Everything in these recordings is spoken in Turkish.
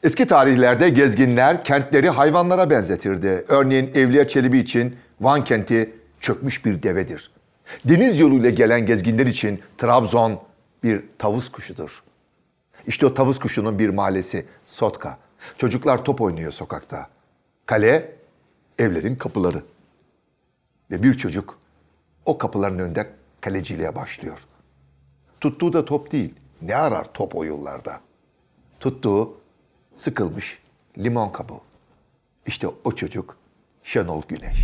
Eski tarihlerde gezginler kentleri hayvanlara benzetirdi. Örneğin Evliya Çelebi için Van kenti çökmüş bir devedir. Deniz yoluyla gelen gezginler için Trabzon bir tavus kuşudur. İşte o tavus kuşunun bir mahallesi Sotka. Çocuklar top oynuyor sokakta. Kale, evlerin kapıları. Ve bir çocuk o kapıların önünde kaleciliğe başlıyor. Tuttuğu da top değil. Ne arar top o yollarda? Tuttuğu sıkılmış limon kabuğu. İşte o çocuk Şenol Güneş.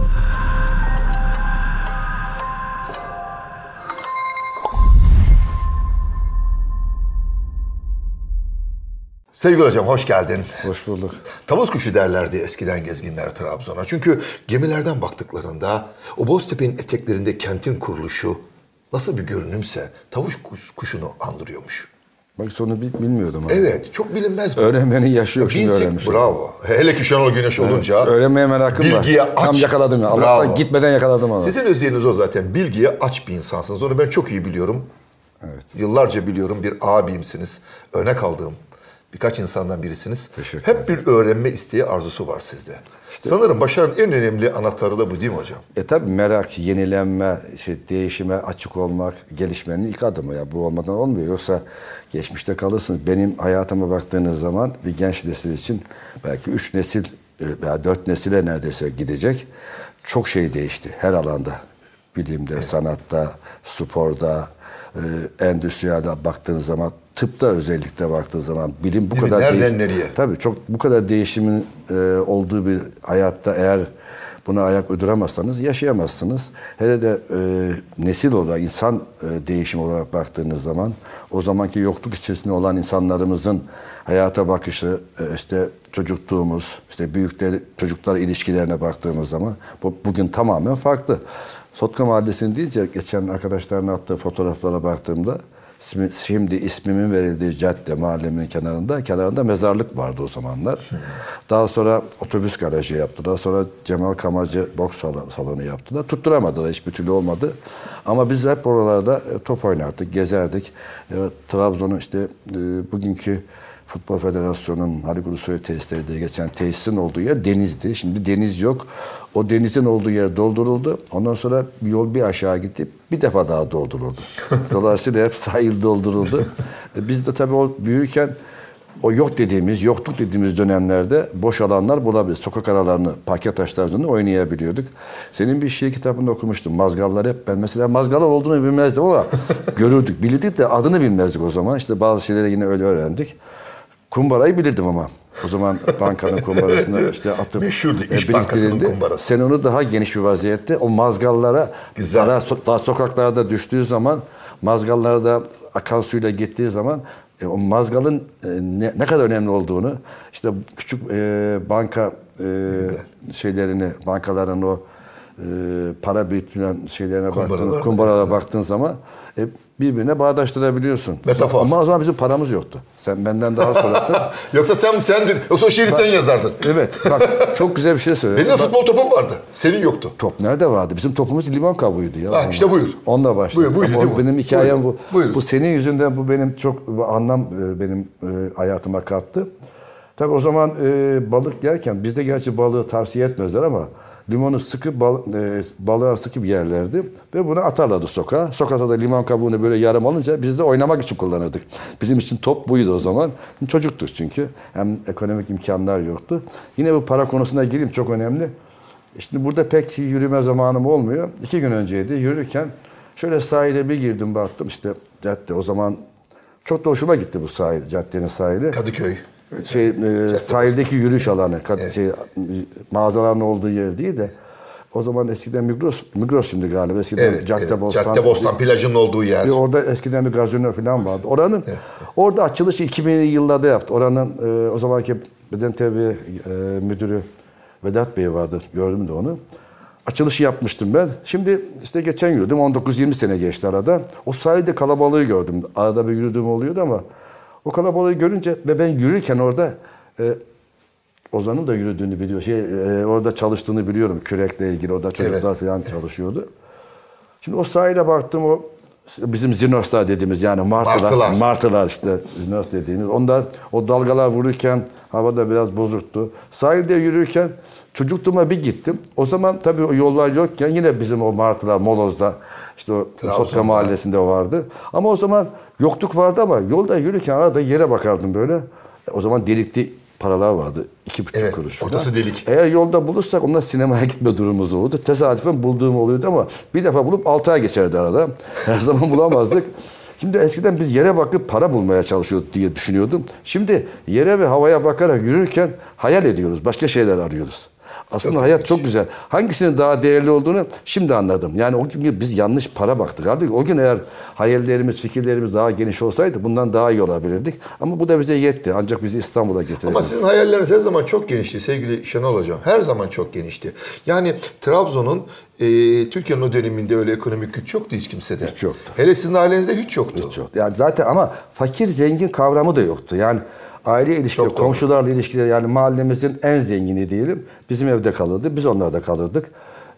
Sevgili hocam hoş geldin. Hoş bulduk. Tavus kuşu derlerdi eskiden gezginler Trabzon'a. Çünkü gemilerden baktıklarında o Boztepe'nin eteklerinde kentin kuruluşu nasıl bir görünümse tavus kuşunu andırıyormuş. Bak sonu bilmiyordum. Abi. Evet, çok bilinmez bu. Öğrenmenin yaşı yok şimdi öğrenmişim. Bravo. Hele ki Şenol Güneş olunca. Evet, öğrenmeye merakım var. Tam yakaladım ya. Allah'tan gitmeden yakaladım onu. Sizin özelliğiniz o zaten. Bilgiye aç bir insansınız. Onu ben çok iyi biliyorum. Evet. Yıllarca biliyorum. Bir abimsiniz. Örnek aldığım birkaç insandan birisiniz. Hep bir öğrenme isteği, arzusu var sizde. İşte, sanırım başarının en önemli anahtarı da bu değil mi hocam? Tabii merak, yenilenme, değişime açık olmak, gelişmenin ilk adımı. Ya bu olmadan olmuyor. Yoksa geçmişte kalırsınız. Benim hayatıma baktığınız zaman bir genç nesil için belki 3 nesil veya 4 nesile neredeyse gidecek. Çok şey değişti her alanda. Bilimde, evet, sanatta, sporda, endüstriyelde baktığınız zaman, tıpta özellikle baktığınız zaman bilim bu değil kadar nereden nereye? Tabii çok bu kadar değişimin olduğu bir hayatta eğer buna ayak uyduramazsanız yaşayamazsınız. Hele de nesil olarak, insan değişimi olarak baktığınız zaman o zamanki yokluk içerisinde olan insanlarımızın hayata bakışı, işte çocukluğumuz, işte çocuklar ilişkilerine baktığımız zaman bugün tamamen farklı. Sotka Mahallesi'ni deyince geçen arkadaşların attığı fotoğraflara baktığımda şimdi ismimin verildiği cadde mahallemin kenarında mezarlık vardı o zamanlar. Daha sonra otobüs garajı yaptılar. Sonra Cemal Kamacı boks salonu yaptılar. Tutturamadılar, hiçbir türlü olmadı. Ama biz hep oralarda top oynardık, gezerdik. Trabzon'un işte bugünkü Futbol Federasyonu'nun Haluk Ulusoy tesisleri diye geçen tesisin olduğu yer denizdi. Şimdi deniz yok. O denizin olduğu yer dolduruldu. Ondan sonra yol bir aşağı gitti. Bir defa daha dolduruldu. Dolayısıyla hep sahil dolduruldu. Biz de tabii o büyürken o yokluk dediğimiz dönemlerde boş alanlar bulabiliriz. Sokak aralarını, parke taşlarını oynayabiliyorduk. Senin bir şiir kitabında okumuştum. Mazgallar hep ben mesela mazgallar olduğunu bilmezdim ama görürdük, bilirdik de adını bilmezdik o zaman. İşte bazı şeyleri yine öyle öğrendik. Kumbarayı bilirdim ama. O zaman bankanın kumbarasını işte atıp meşhurdu İş Bankası'nın kumbarası. Sen onu daha geniş bir vaziyette o mazgallara daha sokaklarda düştüğü zaman, mazgallarda akan suyla gittiği zaman o mazgalın ne kadar önemli olduğunu, işte küçük banka bankaların o para biriktiren şeylerine kumbaralara baktığın zaman birbirine bağdaştırabiliyorsun. Metafor. Ama o zaman bizim paramız yoktu. Sen benden daha sonrasın. Yoksa yoksa o şiiri sen yazardın. Evet. Bak çok güzel bir şey söyledin. Benim de futbol topum vardı. Senin yoktu. Top nerede vardı? Bizim topumuz limon kabuğuydu ya. İşte buyur. Onunla başladık. Buyur. Benim hikayem bu. Buyur. Bu senin yüzünden bu benim çok anlam benim hayatıma kattı. Tabii o zaman balık yerken bizde gerçi balığı tavsiye etmezler ama limonu sıkıp balığa sıkıp yerlerdi ve bunu atarlardı sokağa. Sokakta da limon kabuğunu böyle yarım alınca biz de oynamak için kullanırdık. Bizim için top buydu o zaman. Çocuktuk çünkü. Hem ekonomik imkanlar yoktu. Yine bu para konusuna gireyim, çok önemli. Şimdi burada pek yürüme zamanım olmuyor. 2 gün önceydi. Yürürken şöyle sahile bir girdim, baktım işte cadde. O zaman çok da hoşuma gitti bu sahil, caddenin sahili. Kadıköy. Sahildeki yürüyüş alanı, evet, mağazaların olduğu yer değil de o zaman eskiden Migros şimdi galiba eskiden evet, Caddebostan plajının olduğu yer. Orada eskiden bir gazino falan vardı. Oranın orada açılışı 2000'li yıllarda yaptı. Oranın o zamanki Beden TV müdürü Vedat Bey vardı. Gördüm de onu. Açılışı yapmıştım ben. Şimdi işte geçen yürüdüm. 19-20 sene geçti arada. O sahilde kalabalığı gördüm. Arada bir yürüdüğüm oluyordu ama o kalabalığı görünce ve ben yürürken orada Ozan'ın da yürüdüğünü biliyor. Orada çalıştığını biliyorum kürekle ilgili. Orada çocuklar falan çalışıyordu. Şimdi o sahile baktım, o bizim zinoslar dediğimiz yani martılar işte zinos dediğimiz. Onlar o dalgalar vururken havada biraz bozuktu. Sahilde yürürken çocukluğuma bir gittim. O zaman tabii o yollar yokken yine bizim o martılar Moloz'da işte o Sotka Mahallesi'nde vardı. Ama o zaman yokluk vardı ama yolda yürürken arada yere bakardım böyle. O zaman delikli paralar vardı. 2,5 kuruş falan. Ortası delik. Eğer yolda bulursak onunla sinemaya gitme durumumuz olurdu. Tesadüfen bulduğum oluyordu ama bir defa bulup 6 ay geçerdi arada. Her zaman bulamazdık. Şimdi eskiden biz yere bakıp para bulmaya çalışıyorduk diye düşünüyordum. Şimdi yere ve havaya bakarak yürürken hayal ediyoruz. Başka şeyler arıyoruz. Aslında hayat çok güzel. Hangisinin daha değerli olduğunu şimdi anladım. Yani o gün biz yanlış para baktık. Halbuki o gün eğer hayallerimiz, fikirlerimiz daha geniş olsaydı bundan daha iyi olabilirdik. Ama bu da bize yetti. Ancak bizi İstanbul'a getirdi. Ama sizin hayalleriniz her zaman çok genişti sevgili Şenol Hocam. Her zaman çok genişti. Yani Trabzon'un Türkiye'nin o döneminde öyle ekonomik güç yoktu hiç kimsede. Hiç yoktu. Hele sizin ailenizde hiç yoktu. Hiç yoktu. Yani zaten ama fakir zengin kavramı da yoktu. Yani aile ilişkileri, komşularla ilişkileri yani mahallemizin en zengini diyelim. Bizim evde kalırdı. Biz onlarda kalırdık.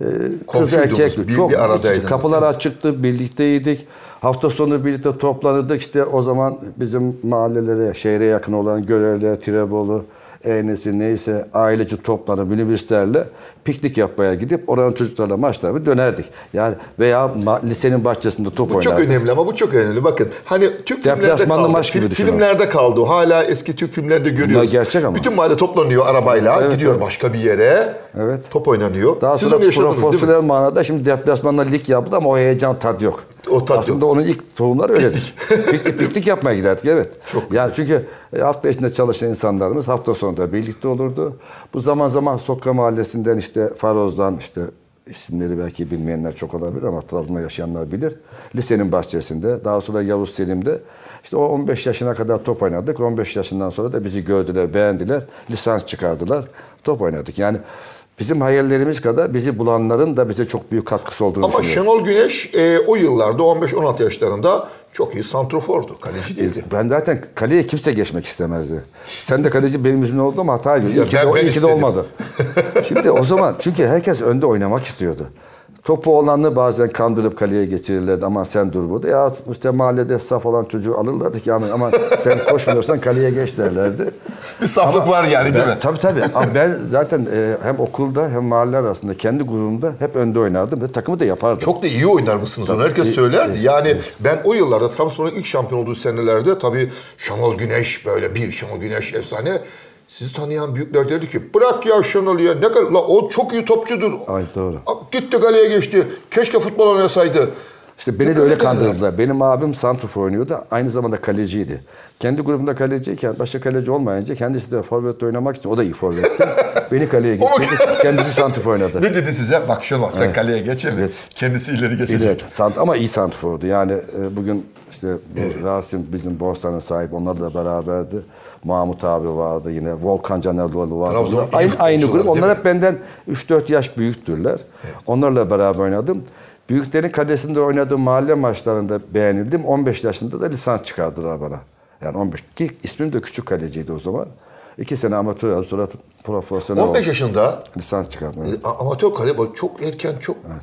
Kız erkekli. Çok kapılar açıktı. Birlikteydik. Hafta sonu birlikte toplanırdık. İşte o zaman bizim mahallelere, şehre yakın olan Görevli, Tirebolu, Eynesi neyse aileci toplanıp minibüslerle piknik yapmaya gidip oranın çocuklarla maçlara dönerdik. Yani veya lisenin bahçesinde top oynardık. Bu çok önemli ama bu çok önemli. Bakın hani Türk filmlerde kaldı. Maç gibi Filmlerde kaldı. Hala eski Türk filmlerinde görüyoruz. Bunlar gerçek ama. Bütün mahalle toplanıyor arabayla. Evet, gidiyor başka bir yere. Evet. Top oynanıyor. Daha Siz sonra onu yaşadınız değil mi? profesyonel manada şimdi deplasmanla lig yaptı ama o heyecan tadı yok. O tat aslında yok. Onun ilk tohumları öyledir. Piknik yapmaya giderdik evet. Yani çünkü hafta içinde çalışan insanlarımız hafta sonunda birlikte olurdu. Bu zaman zaman Sotka Mahallesi'nden işte Faroz'dan işte isimleri belki bilmeyenler çok olabilir ama Trabzon'da yaşayanlar bilir. Lisenin bahçesinde daha sonra Yavuz Selim'de işte o 15 yaşına kadar top oynadık. 15 yaşından sonra da bizi gördüler, beğendiler. Lisans çıkardılar. Top oynadık. Yani bizim hayallerimiz kadar bizi bulanların da bize çok büyük katkısı olduğunu düşünüyorum. Ama Şenol Güneş o yıllarda 15-16 yaşlarında çok iyi santrofordu. Kaleci değildi. Ben zaten kaleye kimse geçmek istemezdi. Sen de kaleci benim yüzümden oldu ama hata ediyor. İyi ki de olmadı. Şimdi o zaman çünkü herkes önde oynamak istiyordu. Topu olanı bazen kandırıp kaleye geçirirlerdi. Ama sen dur burada. Ya işte mahallede saf olan çocuğu alırlardı ki ama sen koşmuyorsan kaleye geç derlerdi. Bir saflık var yani değil mi? Tabii. Ama ben zaten hem okulda hem mahalle arasında kendi grubumda hep önde oynardım ve takımı da yapardım. Çok da iyi oynar mısınız onu herkes söylerdi. Yani ben o yıllarda Trabzon'un ilk şampiyon olduğu senelerde tabii Şenol Güneş böyle Şenol Güneş efsane. Sizi tanıyan büyükler dedi ki bırak ya Şenol'u ya ne kadar o çok iyi topçudur. Ay doğru. Gitti kaleye geçti. Keşke futbol oynasaydı. İşte beni de öyle kandırdılar. Benim abim santrfor oynuyordu. Aynı zamanda kaleciydi. Kendi grubunda kaleciyken başka kaleci olmayınca kendisi de forvette oynamak için o da iyi forvetti. Beni kaleye getirdi. Kendisi santrfor oynadı. Ne dedi size? Bak Şenol sen kaleye geç evet. Kendisi ileri geçecek. Ama iyi santrfordu. Yani bugün işte Rasim bizim borsanın sahibi onlarla beraberdi. Mahmut abi vardı yine. Volkan Canerlioğlu vardı. Aynı grup. Onlar hep benden 3-4 yaş büyüktürler. Evet. Onlarla beraber oynadım. Büyüklerin kalesinde oynadığım mahalle maçlarında beğenildim. 15 yaşında da lisans çıkardılar bana. Yani 15. Ki ismim de Küçük Kaleciydi o zaman. 2 sene amatör yaptım. Sonra profesyonel 15 yaşında lisans çıkardım. Evet. Amatör kale çok erken çok. Evet.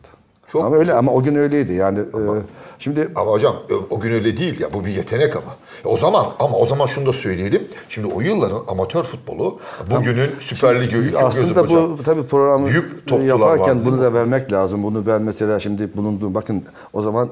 Ama o gün öyleydi. Yani şimdi ama hocam o gün öyle değil ya bu bir yetenek ama. O zaman şunu da söyleyelim. Şimdi o yılların amatör futbolu bugünün Süper Ligi aslında bu tabii programı yaparken bunu da vermek lazım. Bunu ben mesela şimdi bulunduğum bakın o zaman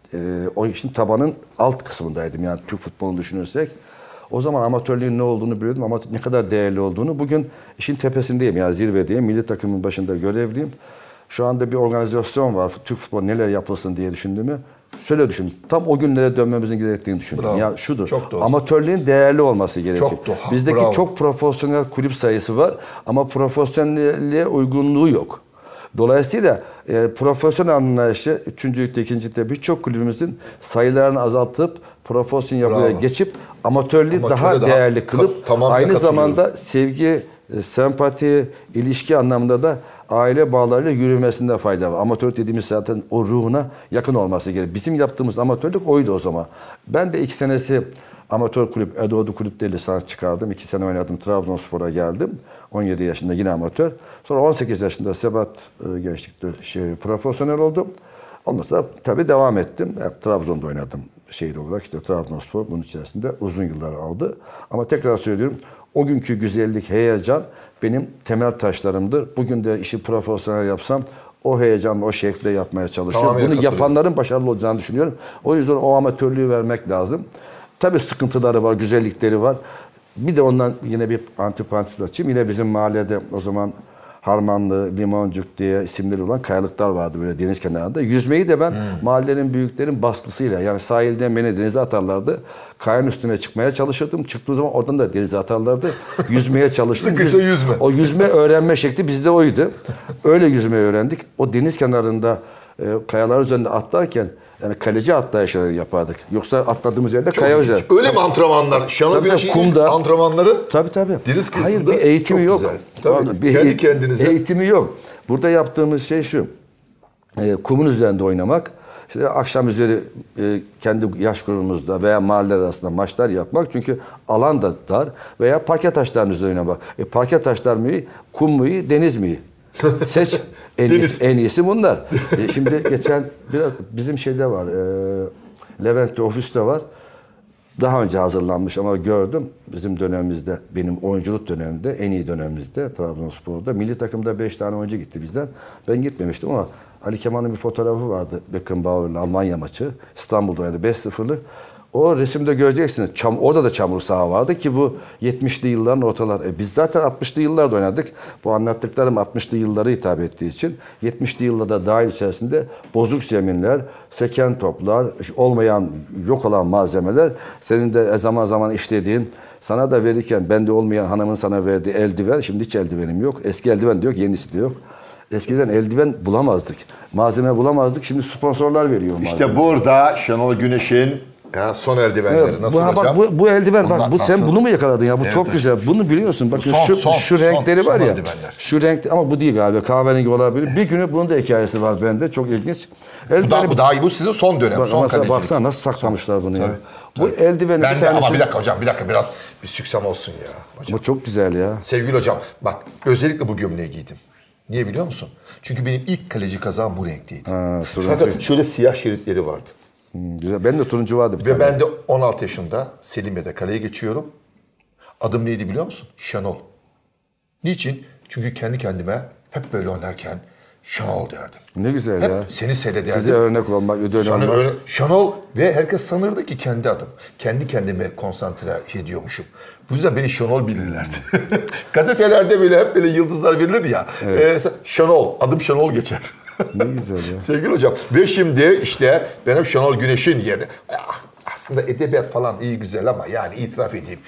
o işin tabanın alt kısmındaydım. Yani Türk futbolunu düşünürsek o zaman amatörlüğün ne olduğunu biliyordum ama ne kadar değerli olduğunu. Bugün işin tepesindeyim yani zirvedeyim. Milli takımın başında görevliyim. Şu anda bir organizasyon var. Türk futbolu neler yapılsın diye düşündüğümü. Şöyle düşün. Tam o günlere dönmemizin gerektiğini düşündüm. Ya şudur. Amatörlüğün değerli olması gerekiyor. Bizdeki çok profesyonel kulüp sayısı var ama profesyonelliğe uygunluğu yok. Dolayısıyla profesyonel anlayışı 3. ligde, 2. ligde birçok kulübümüzün sayılarını azaltıp profesyonel yapıya geçip amatörlüğü daha değerli kılıp aynı zamanda sevgi, sempati, ilişki anlamında da aile bağlarıyla yürümesinde fayda var. Amatör dediğimiz zaten o ruhuna yakın olması gerekiyor. Bizim yaptığımız amatörlük oydu o zaman. Ben de 2 senesi amatör kulüp, Edoğdu Kulüp'te lisans çıkardım. 2 sene oynadım. Trabzonspor'a geldim. 17 yaşında yine amatör. Sonra 18 yaşında Sebat Gençlik'te profesyonel oldum. Ondan sonra tabii devam ettim. Hep Trabzon'da oynadım şehir olarak. İşte Trabzonspor bunun içerisinde uzun yıllar aldı. Ama tekrar söylüyorum, o günkü güzellik, heyecan benim temel taşlarımdır. Bugün de işi profesyonel yapsam o heyecanla, o şekilde yapmaya çalışıyorum. Tamamen Bunu yapanların başarılı olacağını düşünüyorum. O yüzden o amatörlüğü vermek lazım. Tabii sıkıntıları var, güzellikleri var. Bir de ondan yine bir antiparantez açayım. Yine bizim mahallede o zaman Harmanlı, Limoncuk diye isimleri olan kayalıklar vardı böyle deniz kenarında. Yüzmeyi de ben mahallenin büyüklerin baskısıyla, yani sahilden beni denize atarlardı. Kayanın üstüne çıkmaya çalışırdım. Çıktığım zaman oradan da denize atarlardı. Yüzmeye çalıştım. Sıkıysa yüzme. O yüzme öğrenme şekli bizde oydu. Öyle yüzmeyi öğrendik. O deniz kenarında kayalar üzerinde atlarken yani kaleci atlayışları yapardık. Yoksa atladığımız yerde Çok kaya ilginç. üzeri. Öyle mi antrenmanlar? Şenol Tabii, Güneş'in kumda. antrenmanları Tabii. deniz kıyısında Hayır, bir eğitimi çok yok. güzel. Tabii, Vallahi kendi kendinize. Eğitimi yok. Burada yaptığımız şey şu. Kumun üzerinde oynamak. İşte akşam üzeri kendi yaş grubumuzda veya mahalleler arasında maçlar yapmak. Çünkü alan da dar. Veya parke taşlarının üzerinde oynamak. Parke taşlar mı iyi, kum mu iyi, deniz mi iyi? Seç. En iyisi bunlar. Şimdi geçen biraz bizim şeyde var. Levent'te ofiste var. Daha önce hazırlanmış ama gördüm bizim dönemimizde, benim oyunculuk dönemimde, en iyi dönemimizde Trabzonspor'da milli takımda 5 tane oyuncu gitti bizden. Ben gitmemiştim ama Ali Kemal'in bir fotoğrafı vardı. Beckenbauer'la Almanya maçı. İstanbul'da oynadı 5-0'lık. O resimde göreceksiniz. Orada da çamur saha vardı ki bu 70'li yılların ortalar. Biz zaten 60'lı yıllarda oynadık. Bu anlattıklarım 60'lı yıllara hitap ettiği için 70'li yıllarda dahil içerisinde bozuk zeminler, seken toplar, olmayan, yok olan malzemeler, senin de zaman zaman işlediğin, sana da verirken bende olmayan hanımın sana verdiği eldiven, şimdi hiç eldivenim yok. Eski eldiven de yok, yenisi de yok. Eskiden eldiven bulamazdık. Malzeme bulamazdık. Şimdi sponsorlar veriyor malzeme. İşte burada Şenol Güneş'in son eldivenleri. Evet, Nasıl hocam? Bak bu eldiven, Bunlar bak bu sen nasıl? bunu mu yakaladın ya? Bu Evet, çok evet. güzel. Bunu biliyorsun. Bakın Son şu renkleri var ya. eldivenler. Şu renk ama bu değil galiba. Kahverengi olabilir. Bir günü bunun da hikayesi var bende. Çok ilginç. Bu daha iyi. Bu sizin son dönem. Son kalecilik. Baksana nasıl saklamışlar bunu ya. Tabii. Bu eldiveni Ben bir de tanesi. ama bir dakika hocam, biraz bir süksem olsun ya. Hocam. Bu çok güzel ya. Sevgili hocam, bak özellikle bu gömleği giydim. Niye biliyor musun? Çünkü benim ilk kaleci kazağım bu renkteydi. turuncu. Fakat şöyle siyah şeritleri vardı. Güzel. Benim de turuncu vardı bir Ve tane. ben de 16 yaşında Selimiye'de kaleye geçiyorum. Adım neydi biliyor musun? Şenol. Niçin? Çünkü kendi kendime hep böyle oynarken Şenol derdim. Ne güzel Hep ya. seni seyrederdim. Size örnek olmak, ödül Sana olmak. öyle Şenol ve herkes sanırdı ki kendi adım. Kendi kendime konsantre ediyormuşum. Bu yüzden beni Şenol bilirlerdi. Gazetelerde böyle hep böyle yıldızlar verilir ya. Şenol, adım Şenol geçer. Ne güzel ya. Sevgili hocam. Ve şimdi işte benim Şenol Güneş'in yerine. Aslında edebiyat falan iyi güzel ama yani itiraf edeyim.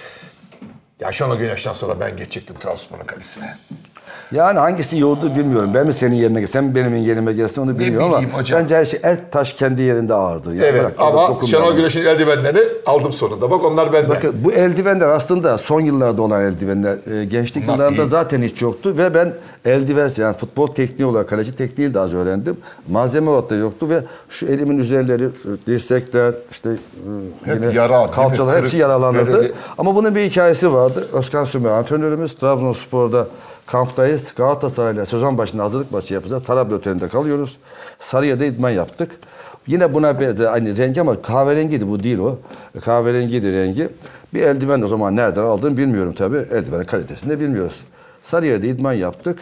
Ya Şenol Güneş'ten sonra ben geçecektim Trabzonspor'un kalesine. Yani hangisi iyi olduğu bilmiyorum. Ben mi senin yerine gelsin, sen benim yerime gelsin onu bilmiyorum ama hocam. bence her şey, her taş kendi yerinde ağırdır. Yani Evet bırak, ama Şenol Güneş'in eldivenlerini aldım sonunda. Bak onlar bende. Bakın bu eldivenler aslında son yıllarda olan eldivenler. Gençlik yıllarında zaten hiç yoktu ve ben eldiven, yani futbol tekniği olarak kaleci tekniği de az öğrendim. Malzeme olarak da yoktu ve şu elimin üzerleri, dirsekler, işte yine yara, kalçalar hepsi yaralanırdı. Böyle... Ama bunun bir hikayesi vardı. Özkan Sümer antrenörümüz, Trabzonspor'da kamptayız. Galatasaray'la sezon başında hazırlık maçı yapacağız. Tarabya Oteli'nde kalıyoruz. Sarıyer'de idman yaptık. Yine buna benzer aynı rengi ama kahverengiydi, bu değil o. Kahverengiydi rengi. Bir eldiven o zaman nereden aldığımı bilmiyorum tabii. Eldivenin kalitesini de bilmiyoruz. Sarıyer'de idman yaptık.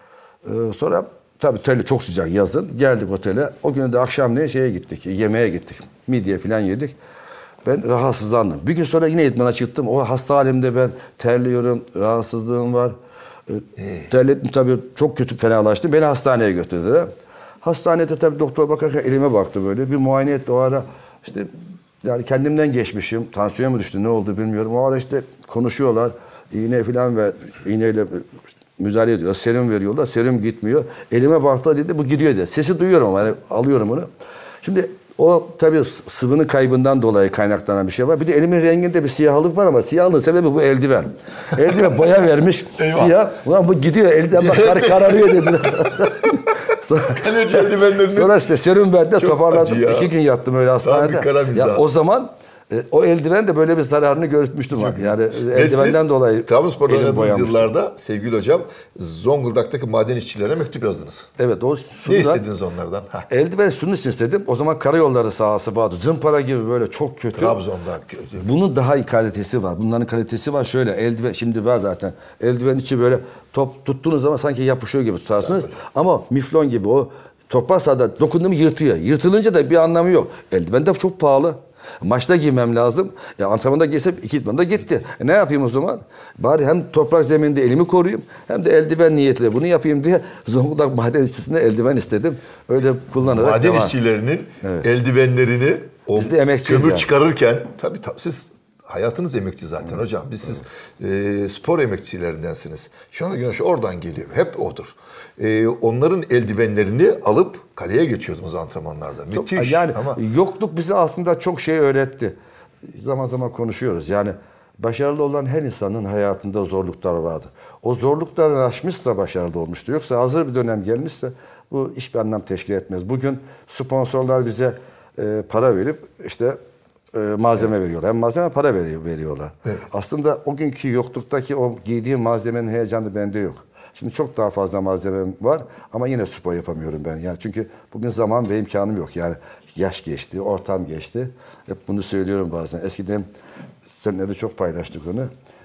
Sonra tabii otelde çok sıcak yazın. Geldik otele. O gün de akşamleyin şeye gittik. Yemeğe gittik. Midye falan yedik. Ben rahatsızlandım. Bir gün sonra yine idmana çıktım. O hasta halimde ben terliyorum. Rahatsızlığım var. Terlettim tabii, çok kötü fenalaştım. Beni hastaneye götürdüler. Hastanede tabii doktor bakarken elime baktı böyle. Bir muayene etti o ara. İşte yani kendimden geçmişim. Tansiyon mu düştü ne oldu bilmiyorum. O ara işte konuşuyorlar. İğne falan ve iğneyle müdahale ediyorlar. Serum veriyorlar. Serum gitmiyor. Elime baktı dedi bu gidiyor dedi. Sesi duyuyorum ama yani alıyorum onu. Şimdi o tabii sıvının kaybından dolayı kaynaklanan bir şey var. Bir de elimin renginde bir siyahlık var ama siyahlığın sebebi bu eldiven. Eldiven boya vermiş. Siyah. Ulan bu gidiyor eldiven bak kararıyor dediler. Kaleci eldivenlerini... Sonra işte serum verdi, toparladım. acı ya. 2 gün yattım öyle hastanede. Tam bir kara mizah. Ya o zaman O eldiven de böyle bir zararını görmüştüm. Yani Ve eldivenden siz dolayı Trabzonspor'da elim oynadığınız boyanmıştı. yıllarda sevgili hocam Zonguldak'taki maden işçilerine mektup yazdınız. Evet, o Ne şundan, istediniz onlardan? Ha, eldiven şunun için istedim. O zaman karayolları sahası vardı. Zımpara gibi böyle çok kötü. Trabzon'da. Bunun daha iyi kalitesi var. Bunların kalitesi var. Şöyle eldiven şimdi var zaten. Eldiven içi böyle top tuttuğunuz zaman sanki yapışıyor gibi tutarsınız. Ama miflon gibi o toprak sahada dokunduğum yırtıyor. Yırtılınca da bir anlamı yok. Eldiven de çok pahalı. Maçta giymem lazım. Antrenmanda giysem 2 idmanda gitti. Ne yapayım o zaman? Bari hem toprak zeminde elimi koruyayım hem de eldiven niyetiyle bunu yapayım diye Zonguldak maden işçisine eldiven istedim. Öyle kullanarak Maden işçilerinin eldivenlerini o Biz de emekçiyiz kömür yani. çıkarırken tabii siz hayatınız emekçi zaten hocam. Siz spor emekçilerindensiniz. Şenol Güneş oradan geliyor. Hep odur. Onların eldivenlerini alıp kaleye geçiyordunuz antrenmanlarda. Müthiş. Yani ama yokluk bize aslında çok şey öğretti. Zaman zaman konuşuyoruz. Yani başarılı olan her insanın hayatında zorluklar vardır. O zorlukları aşmışsa başarılı olmuştur. Yoksa hazır bir dönem gelmişse bu hiçbir anlam teşkil etmez. Bugün sponsorlar bize para verip işte malzeme veriyorlar. Hem malzeme para veriyorlar. Evet. Aslında o günkü yokluktaki o giydiğim malzemenin heyecanı bende yok. Şimdi çok daha fazla malzemem var ama yine spor yapamıyorum ben. Yani çünkü bugün zaman ve imkanım yok. Yani yaş geçti, ortam geçti. Hep bunu söylüyorum bazen. Eskiden seninle de çok paylaştık onu.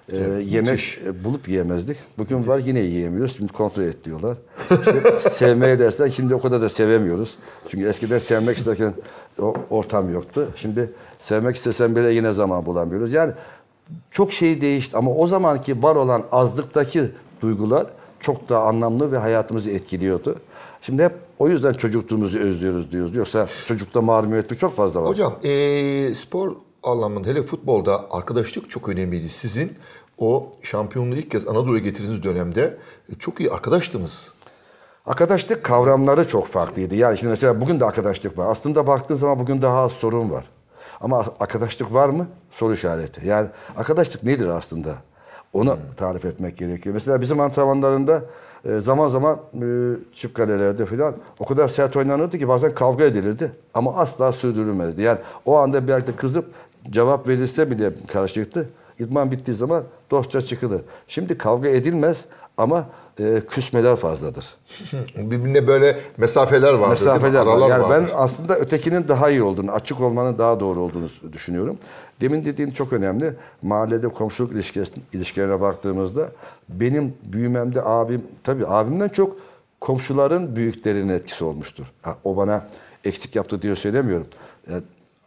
Yemek bulup yiyemezdik. Bugün var yine yiyemiyoruz. Şimdi kontrol et diyorlar. İşte sevmeye dersen şimdi o kadar da sevemiyoruz. Çünkü eskiden sevmek isterken o ortam yoktu. Şimdi sevmek istesen bile yine zaman bulamıyoruz. Yani çok şey değişti ama o zamanki var olan azlıktaki duygular çok daha anlamlı ve hayatımızı etkiliyordu. Şimdi hep o yüzden çocukluğumuzu özlüyoruz diyoruz. Yoksa çocukta marumiyetlik çok fazla var. hocam spor anlamında hele futbolda arkadaşlık çok önemliydi. Sizin o şampiyonluğu ilk kez Anadolu'ya getirdiğiniz dönemde çok iyi arkadaştınız. Arkadaşlık kavramları çok farklıydı. Yani şimdi mesela bugün de arkadaşlık var. Aslında baktığın zaman bugün daha az sorun var. Ama arkadaşlık var mı? Soru işareti. Yani arkadaşlık nedir aslında? Onu tarif etmek gerekiyor. Mesela bizim antrenmanlarında zaman zaman çift kalelerde falan o kadar sert oynanırdı ki bazen kavga edilirdi. Ama asla sürdürülmezdi. Yani o anda bir yerde kızıp cevap verilse bile karşılıklı idman bittiği zaman dostça çıkılır. Şimdi kavga edilmez ama küsmeler fazladır. Birbirine böyle mesafeler vardır. Mesafeler var. Aralar Yani vardır. ben aslında ötekinin daha iyi olduğunu, açık olmanın daha doğru olduğunu düşünüyorum. Demin dediğin çok önemli. Mahallede komşuluk ilişkilerine baktığımızda benim büyümemde tabii abimden çok komşuların büyüklerinin etkisi olmuştur. O bana eksik yaptı diye söylemiyorum. Yani,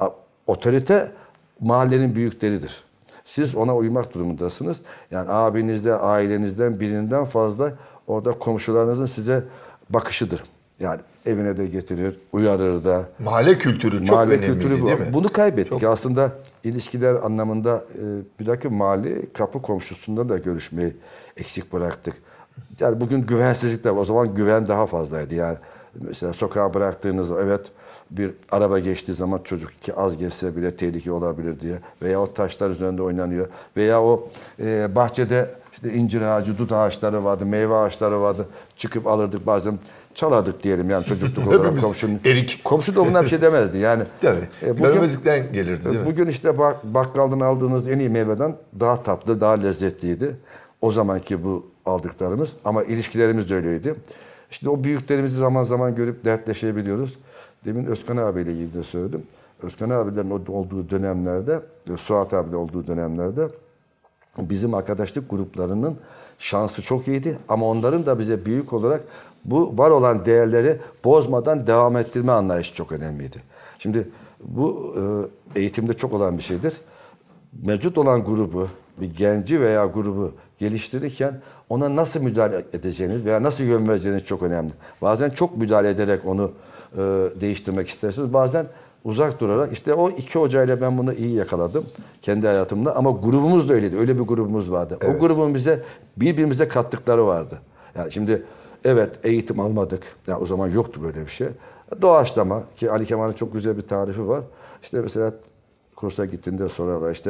otorite mahallenin büyükleridir. Siz ona uymak durumundasınız. Yani abinizde, ailenizden birinden fazla orada komşularınızın size bakışıdır. Yani evine de getirir, uyarır da. Mahalle kültürü çok Mahalle önemli kültürü bu. değil mi? Bunu kaybettik. Aslında ilişkiler anlamında bir dakika mahalle kapı komşusunda da görüşmeyi eksik bıraktık. Yani bugün güvensizlik de var. O zaman güven daha fazlaydı. Yani mesela sokağa bıraktığınız evet bir araba geçtiği zaman çocuk ki az geçse bile tehlike olabilir diye veya o taşlar üzerinde oynanıyor veya o bahçede işte incir ağacı, dut ağaçları vardı, meyve ağaçları vardı. Çıkıp alırdık bazen çalardık diyelim yani çocukluk olarak Hepimiz komşunun. erik. Komşu da bundan bir şey demezdi yani. Tabii. Bugün, Görmezlikten gelirdi değil mi? bugün işte bakkaldan aldığınız en iyi meyveden daha tatlı, daha lezzetliydi. O zamanki bu aldıklarımız ama ilişkilerimiz de öyleydi. İşte o büyüklerimizi zaman zaman görüp dertleşebiliyoruz. Demin Özkan abiyle ilgili de söyledim. Özkan abilerin olduğu dönemlerde, Suat abiyle olduğu dönemlerde bizim arkadaşlık gruplarının şansı çok iyiydi. Ama onların da bize büyük olarak bu var olan değerleri bozmadan devam ettirme anlayışı çok önemliydi. Şimdi bu eğitimde çok olan bir şeydir. Mevcut olan grubu, bir genci veya grubu geliştirirken ona nasıl müdahale edeceğiniz veya nasıl yön vereceğiniz çok önemli. Bazen çok müdahale ederek onu değiştirmek istersiniz. Bazen uzak durarak işte o iki hocayla ben bunu iyi yakaladım kendi hayatımda ama grubumuz da öyleydi. Öyle bir grubumuz vardı. Evet. O grubun birbirimize kattıkları vardı. Yani şimdi evet eğitim almadık. Yani o zaman yoktu böyle bir şey. Doğaçlama ki Ali Kemal'in çok güzel bir tarifi var. İşte mesela kursa gittiğinde sorarlar işte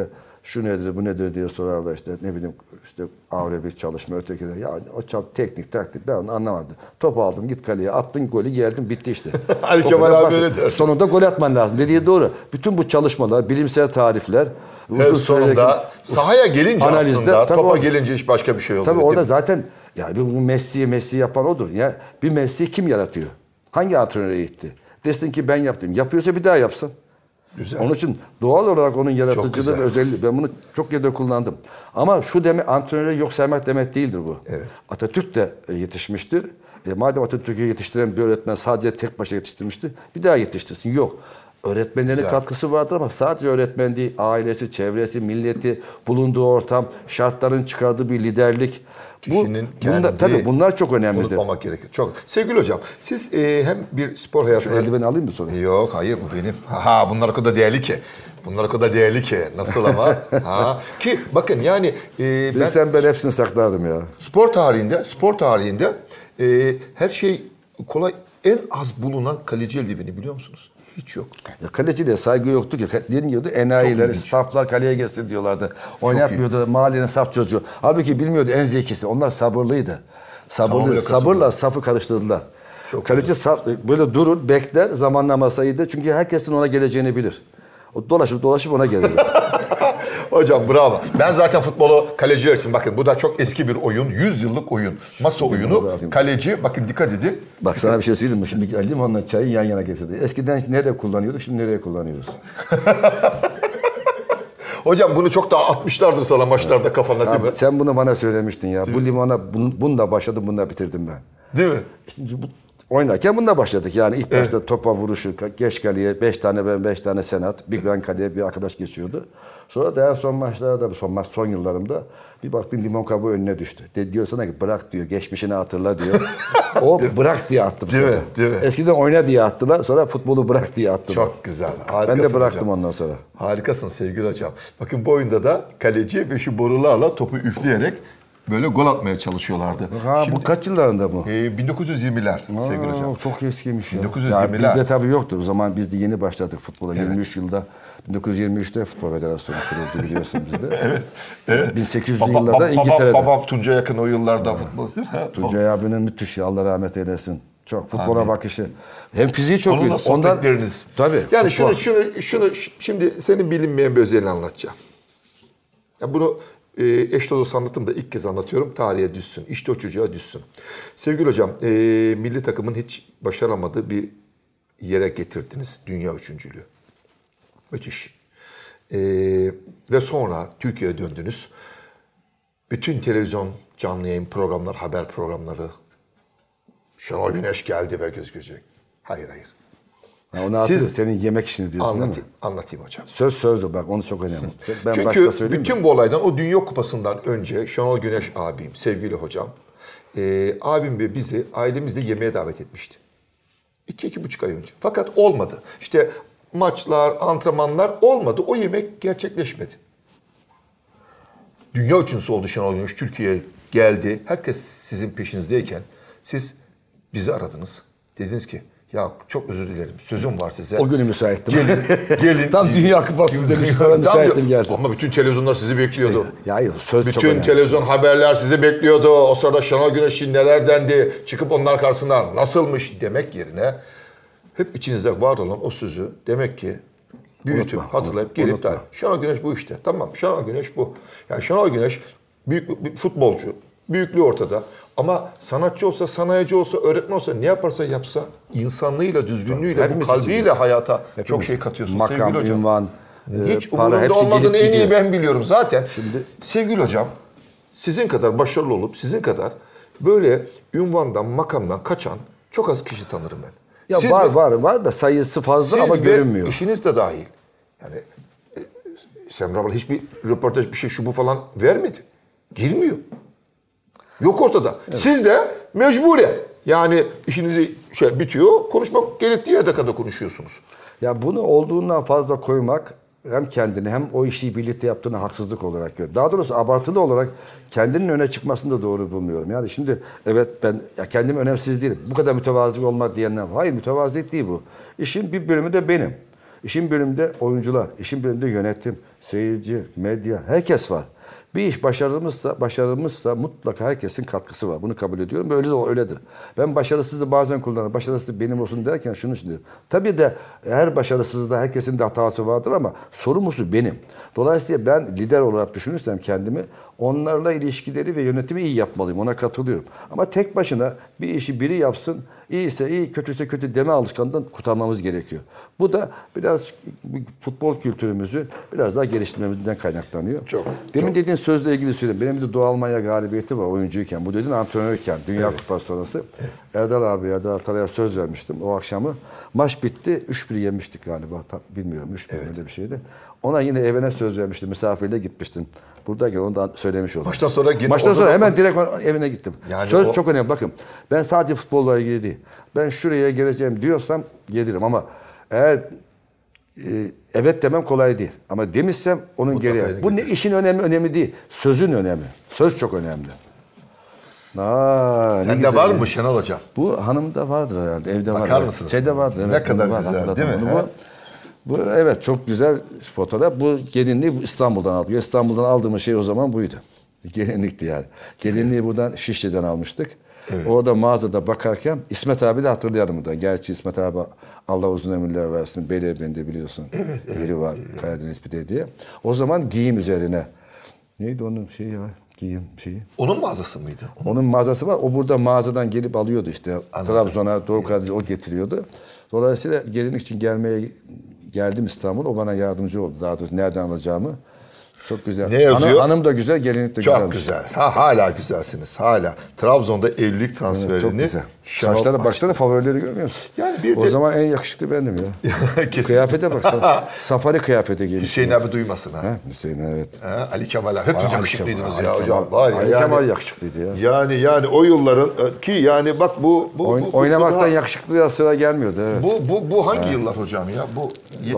Şu nedir, bu nedir diye sorarlar işte ne bileyim işte avre bir çalışma ötekiler. Ya o teknik taktik ben onu anlamadım. Topu aldım git kaleye attın golü geldim bitti işte. Ali O Kemal kadar abi basit. öyle der. Sonunda gol atman lazım dediği doğru. Bütün bu çalışmalar, bilimsel tarifler, En sonunda süreli- sahaya gelince Analizde, aslında tabii topa o- gelince iş başka bir şey oluyor. Tabii değil orada mi? zaten yani bu Messi yapan odur. Ya bir Messi kim yaratıyor? Hangi antrenöre gitti? Desin ki ben yaptım. Yapıyorsa bir daha yapsın. Güzel. Onun için doğal olarak onun yaratıcılığı güzel. ve özelliği. Ben bunu çok yerde kullandım. Ama şu antrenörü yok saymak demek değildir bu. Evet. Atatürk de yetişmiştir. Madem Atatürk'ü yetiştiren bir öğretmen sadece tek başına yetiştirmişti, bir daha yetiştirsin. Yok. Öğretmenlerin Güzel. katkısı vardır ama sadece öğretmen değil, ailesi, çevresi, milleti, bulunduğu ortam, şartların çıkardığı bir liderlik. Kişinin kendi Tabii bunlar çok önemlidir. unutmamak gerekir. Çok. Sevgili hocam, siz hem bir spor Şu hayatına... eldiveni alayım mı sonra? Yok, hayır bu benim. Ha, bunlar o kadar değerli ki. Bunlar o kadar değerli ki. Nasıl ama? Ha. Ki bakın yani ben Bilsem ben hepsini saklardım ya. spor tarihinde her şey kolay. En az bulunan kaleci eldiveni biliyor musunuz? Hiç yok. Ya kaleciliğe saygı yoktu ki. Dediğin gibi enayiler, saflar kaleye gelsin diyorlardı. Oynatmıyordu mahallenin saf çocuğu. Halbuki bilmiyordu en zekisi. Onlar sabırlıydı. Tamamıyla Sabırla safı karıştırdılar. Kaleci böyle durur, bekler, zamanlamasaydı. Çünkü herkesin ona geleceğini bilir. O dolaşıp ona gelir. Hocam bravo. Ben zaten futbolu kaleciler için bakın bu da çok eski bir oyun. 100 yıllık oyun. Masa oyunu. Kaleci bakın dikkat edin. Bak sana bir şey söyleyeyim mi? Şimdi geldim onunla çayı yan yana getirdi. Eskiden nerede kullanıyorduk, şimdi nereye kullanıyoruz? Hocam bunu çok daha atmışlardır sana maçlarda kafana değil mi? Sen bunu bana söylemiştin ya. Bu limana bununla başladım, bununla bitirdim ben. Değil mi? Şimdi oynarken bununla başladık. Yani ilk başta topa vuruşu, geç kaleye, 5 tane ben, 5 tane Senat, bir ben kaleye bir arkadaş geçiyordu. Sonra da en son maçlarda, son yıllarımda bir baktım limon kabuğu önüne düştü. Diyor sana ki bırak diyor, geçmişini hatırla diyor. O bırak diye attım. Değil mi? sonra. Değil mi? Eskiden oyna diye attılar, sonra futbolu bırak diye attılar. Çok güzel. Harikasın Ben de bıraktım hocam. ondan sonra. Harikasın sevgili hocam. Bakın bu oyunda da kaleci ve şu borularla topu üfleyerek böyle gol atmaya çalışıyorlardı. Ha, bu kaç yıllarında bu? 1920'ler sevgili hocam. Çok eskiymiş ya. 1920'ler. Ya bizde tabii yoktu. O zaman biz de yeni başladık futbola. 23 yılda 1923'te Futbol Federasyonu kuruldu biliyorsun bizde. Evet. 1800'lü yıllarda İngiltere'de. Babam Tunca yakın o yıllarda futbol. Tuncay abinin müthiş ya. Allah rahmet eylesin. Çok futbola bakışı. Hem fiziği çok iyi. Onunla sohbetleriniz. Tabii. Yani futbol. şunu şimdi senin bilinmeyen bir özelliğini anlatacağım. Ya bunu eş dostu anlatım da ilk kez anlatıyorum. Tarihe düşsün. İşte o çocuğa düşsün. Sevgili hocam, milli takımın hiç başaramadığı bir yere getirdiniz. Dünya üçüncülüğü. Müthiş. Ve sonra Türkiye'ye döndünüz. Bütün televizyon canlı yayın programlar, haber programları. Şenol Güneş geldi ve göz göze. Hayır. Ha, onu hatırlıyorum. Senin yemek işini diyorsun değil mi? Anlatayım hocam. Sözdür bak onu çok önemli. Ben başta Çünkü söyleyeyim bütün mi? bu olaydan o Dünya Kupası'ndan önce Şenol Güneş abim, sevgili hocam, abim ve bizi ailemizle yemeğe davet etmişti. 2-2,5 ay önce. Fakat olmadı. İşte maçlar, antrenmanlar olmadı. O yemek gerçekleşmedi. Dünya üçüncüsü oldu Şenol Güneş. Türkiye'ye geldi. Herkes sizin peşinizdeyken siz bizi aradınız. Dediniz ki ya çok özür dilerim. Sözüm var size. O günü müsaittim. Gelin. Tam Dünya Kupası demiş sonra müsaitim geldi. Ama bütün televizyonlar sizi bekliyordu. Ya yok, söz çok Bütün önemli. televizyon haberler sizi bekliyordu. O sırada Şenol Güneş'in neler dendi. Çıkıp onlar karşısında nasılmış demek yerine hep içinizde var olan o sözü demek ki büyütüp hatırlayıp gelip de Şenol Güneş bu işte. Tamam Şenol Güneş bu. Yani Şenol Güneş büyük bir futbolcu. Büyüklüğü ortada. Ama sanatçı olsa, sanayici olsa, öğretmen olsa ne yaparsa yapsa insanlığıyla, düzgünlüğüyle, bu Hepimiz kalbiyle için. hayata çok Hepimiz. şey katıyorsun Makam, sevgili hocam. ünvan, Hiç para umurumda hepsi olmadığını gelip en iyi gidiyor. ben biliyorum zaten. Şimdi- Sevgili hocam, sizin kadar başarılı olup, sizin kadar böyle ünvandan, makamdan kaçan çok az kişi tanırım ben. Ya Siz var da sayısı fazla ama ve görünmüyor. işiniz de dahil. Yani Semra abla hiçbir röportaj bir şey şu bu falan vermedi. Girmiyor. Yok ortada. Siz de mecburen yani işinizi bitiyor, konuşmak gerektiği yerde kadar konuşuyorsunuz. Ya bunu olduğundan fazla koymak hem kendini hem o işi birlikte yaptığını haksızlık olarak görüyorum. Daha doğrusu abartılı olarak kendinin öne çıkmasını da doğru bulmuyorum. Yani şimdi evet ben ya kendim önemsiz değilim. Bu kadar mütevazi olmak diyenler var. Hayır mütevazilik değil bu. İşin bir bölümü de benim. İşin bölümü de oyuncular, işin bölümü de yönetim, seyirci, medya, herkes var. Bir iş başarımızsa mutlaka herkesin katkısı var. Bunu kabul ediyorum. Böyle de öyledir. Ben başarısızlığı bazen kullanırım. Başarısızlık benim olsun derken şunu düşünüyorum. Tabii de her başarısızlıkta herkesin de hatası vardır ama sorumlusu benim. Dolayısıyla ben lider olarak düşünürsem kendimi onlarla ilişkileri ve yönetimi iyi yapmalıyım. Ona katılıyorum. Ama tek başına bir işi biri yapsın, iyiyse iyi, kötüyse kötü deme alışkanlığından kurtarmamız gerekiyor. Bu da biraz futbol kültürümüzü biraz daha geliştirmemizden kaynaklanıyor. Demin dediğin sözle ilgili söyleyeyim. Benim bir de Doğu Almanya galibiyeti var oyuncuyken. Bu dediğin antrenörken, Dünya Kupası sonrası. Erdal Atalay'a söz vermiştim o akşamı. Maç bitti, 3-1 yemiştik galiba. Bilmiyorum, 3-1 öyle bir şeydi. Ona yine evine söz vermiştim, misafirle gitmiştim. Buradayken onu da söylemiş oldum. Maçtan sonra hemen direkt evine gittim. Yani söz çok önemli. Bakın ben sadece futbolla ilgili değil. Ben şuraya geleceğim diyorsam gelirim ama eğer evet demem kolay değil. Ama demişsem onun gereği. Bu ne işin önemi değil. Sözün önemi. Söz çok önemli. Sende var mı Şenol Hocam? Bu hanımda vardır herhalde. Evde var. Bakar mısınız? Şeyde vardır. Evet, ne kadar güzel değil mi? Bu evet çok güzel fotoğraf. Bu gelinliği İstanbul'dan aldık. İstanbul'dan aldığımız şey o zaman buydu. Gelinlikti yani. Gelinliği buradan Şişli'den almıştık. Evet. Orada mağazada bakarken İsmet abi de hatırlayalım da. Gerçi İsmet abi Allah uzun ömürler versin. Beylerbeyi'nde biliyorsun. Yeri var Karadeniz Pide diye. O zaman giyim üzerine. Neydi onun şeyi ya? Giyim şeyi. Onun mağazası mıydı? Onun mağazası var. O burada mağazadan gelip alıyordu işte. Anladım. Trabzon'a, Doğu Karadeniz'e o getiriyordu. Dolayısıyla gelinlik için geldim İstanbul. O bana yardımcı oldu. Daha doğrusu nereden alacağımı. Çok güzel. Ne yazıyor? Hanım da güzel, gelinlik de çok güzelmiş. Güzel. Hala güzelsiniz. Hala. Trabzon'da evlilik transferini. Evet, çok güzel. Saçlara baksana, favorileri görmüyor musun? Yani o zaman en yakışıklı bendim ya. Kıyafete baksana. Safari kıyafete giymiş. Hüseyin abi duymasın ha. Hüseyin evet. Ali Kemal abi. Hepiniz yakışıklıydınız ya hocam. Var ya. Ali Kemal yakışıklıydı ya. Yani o yılların ki yani bak bu oynamaktan daha... yakışıklıya sıra gelmiyordu. Evet. Bu hangi yıllar hocam ya? Bu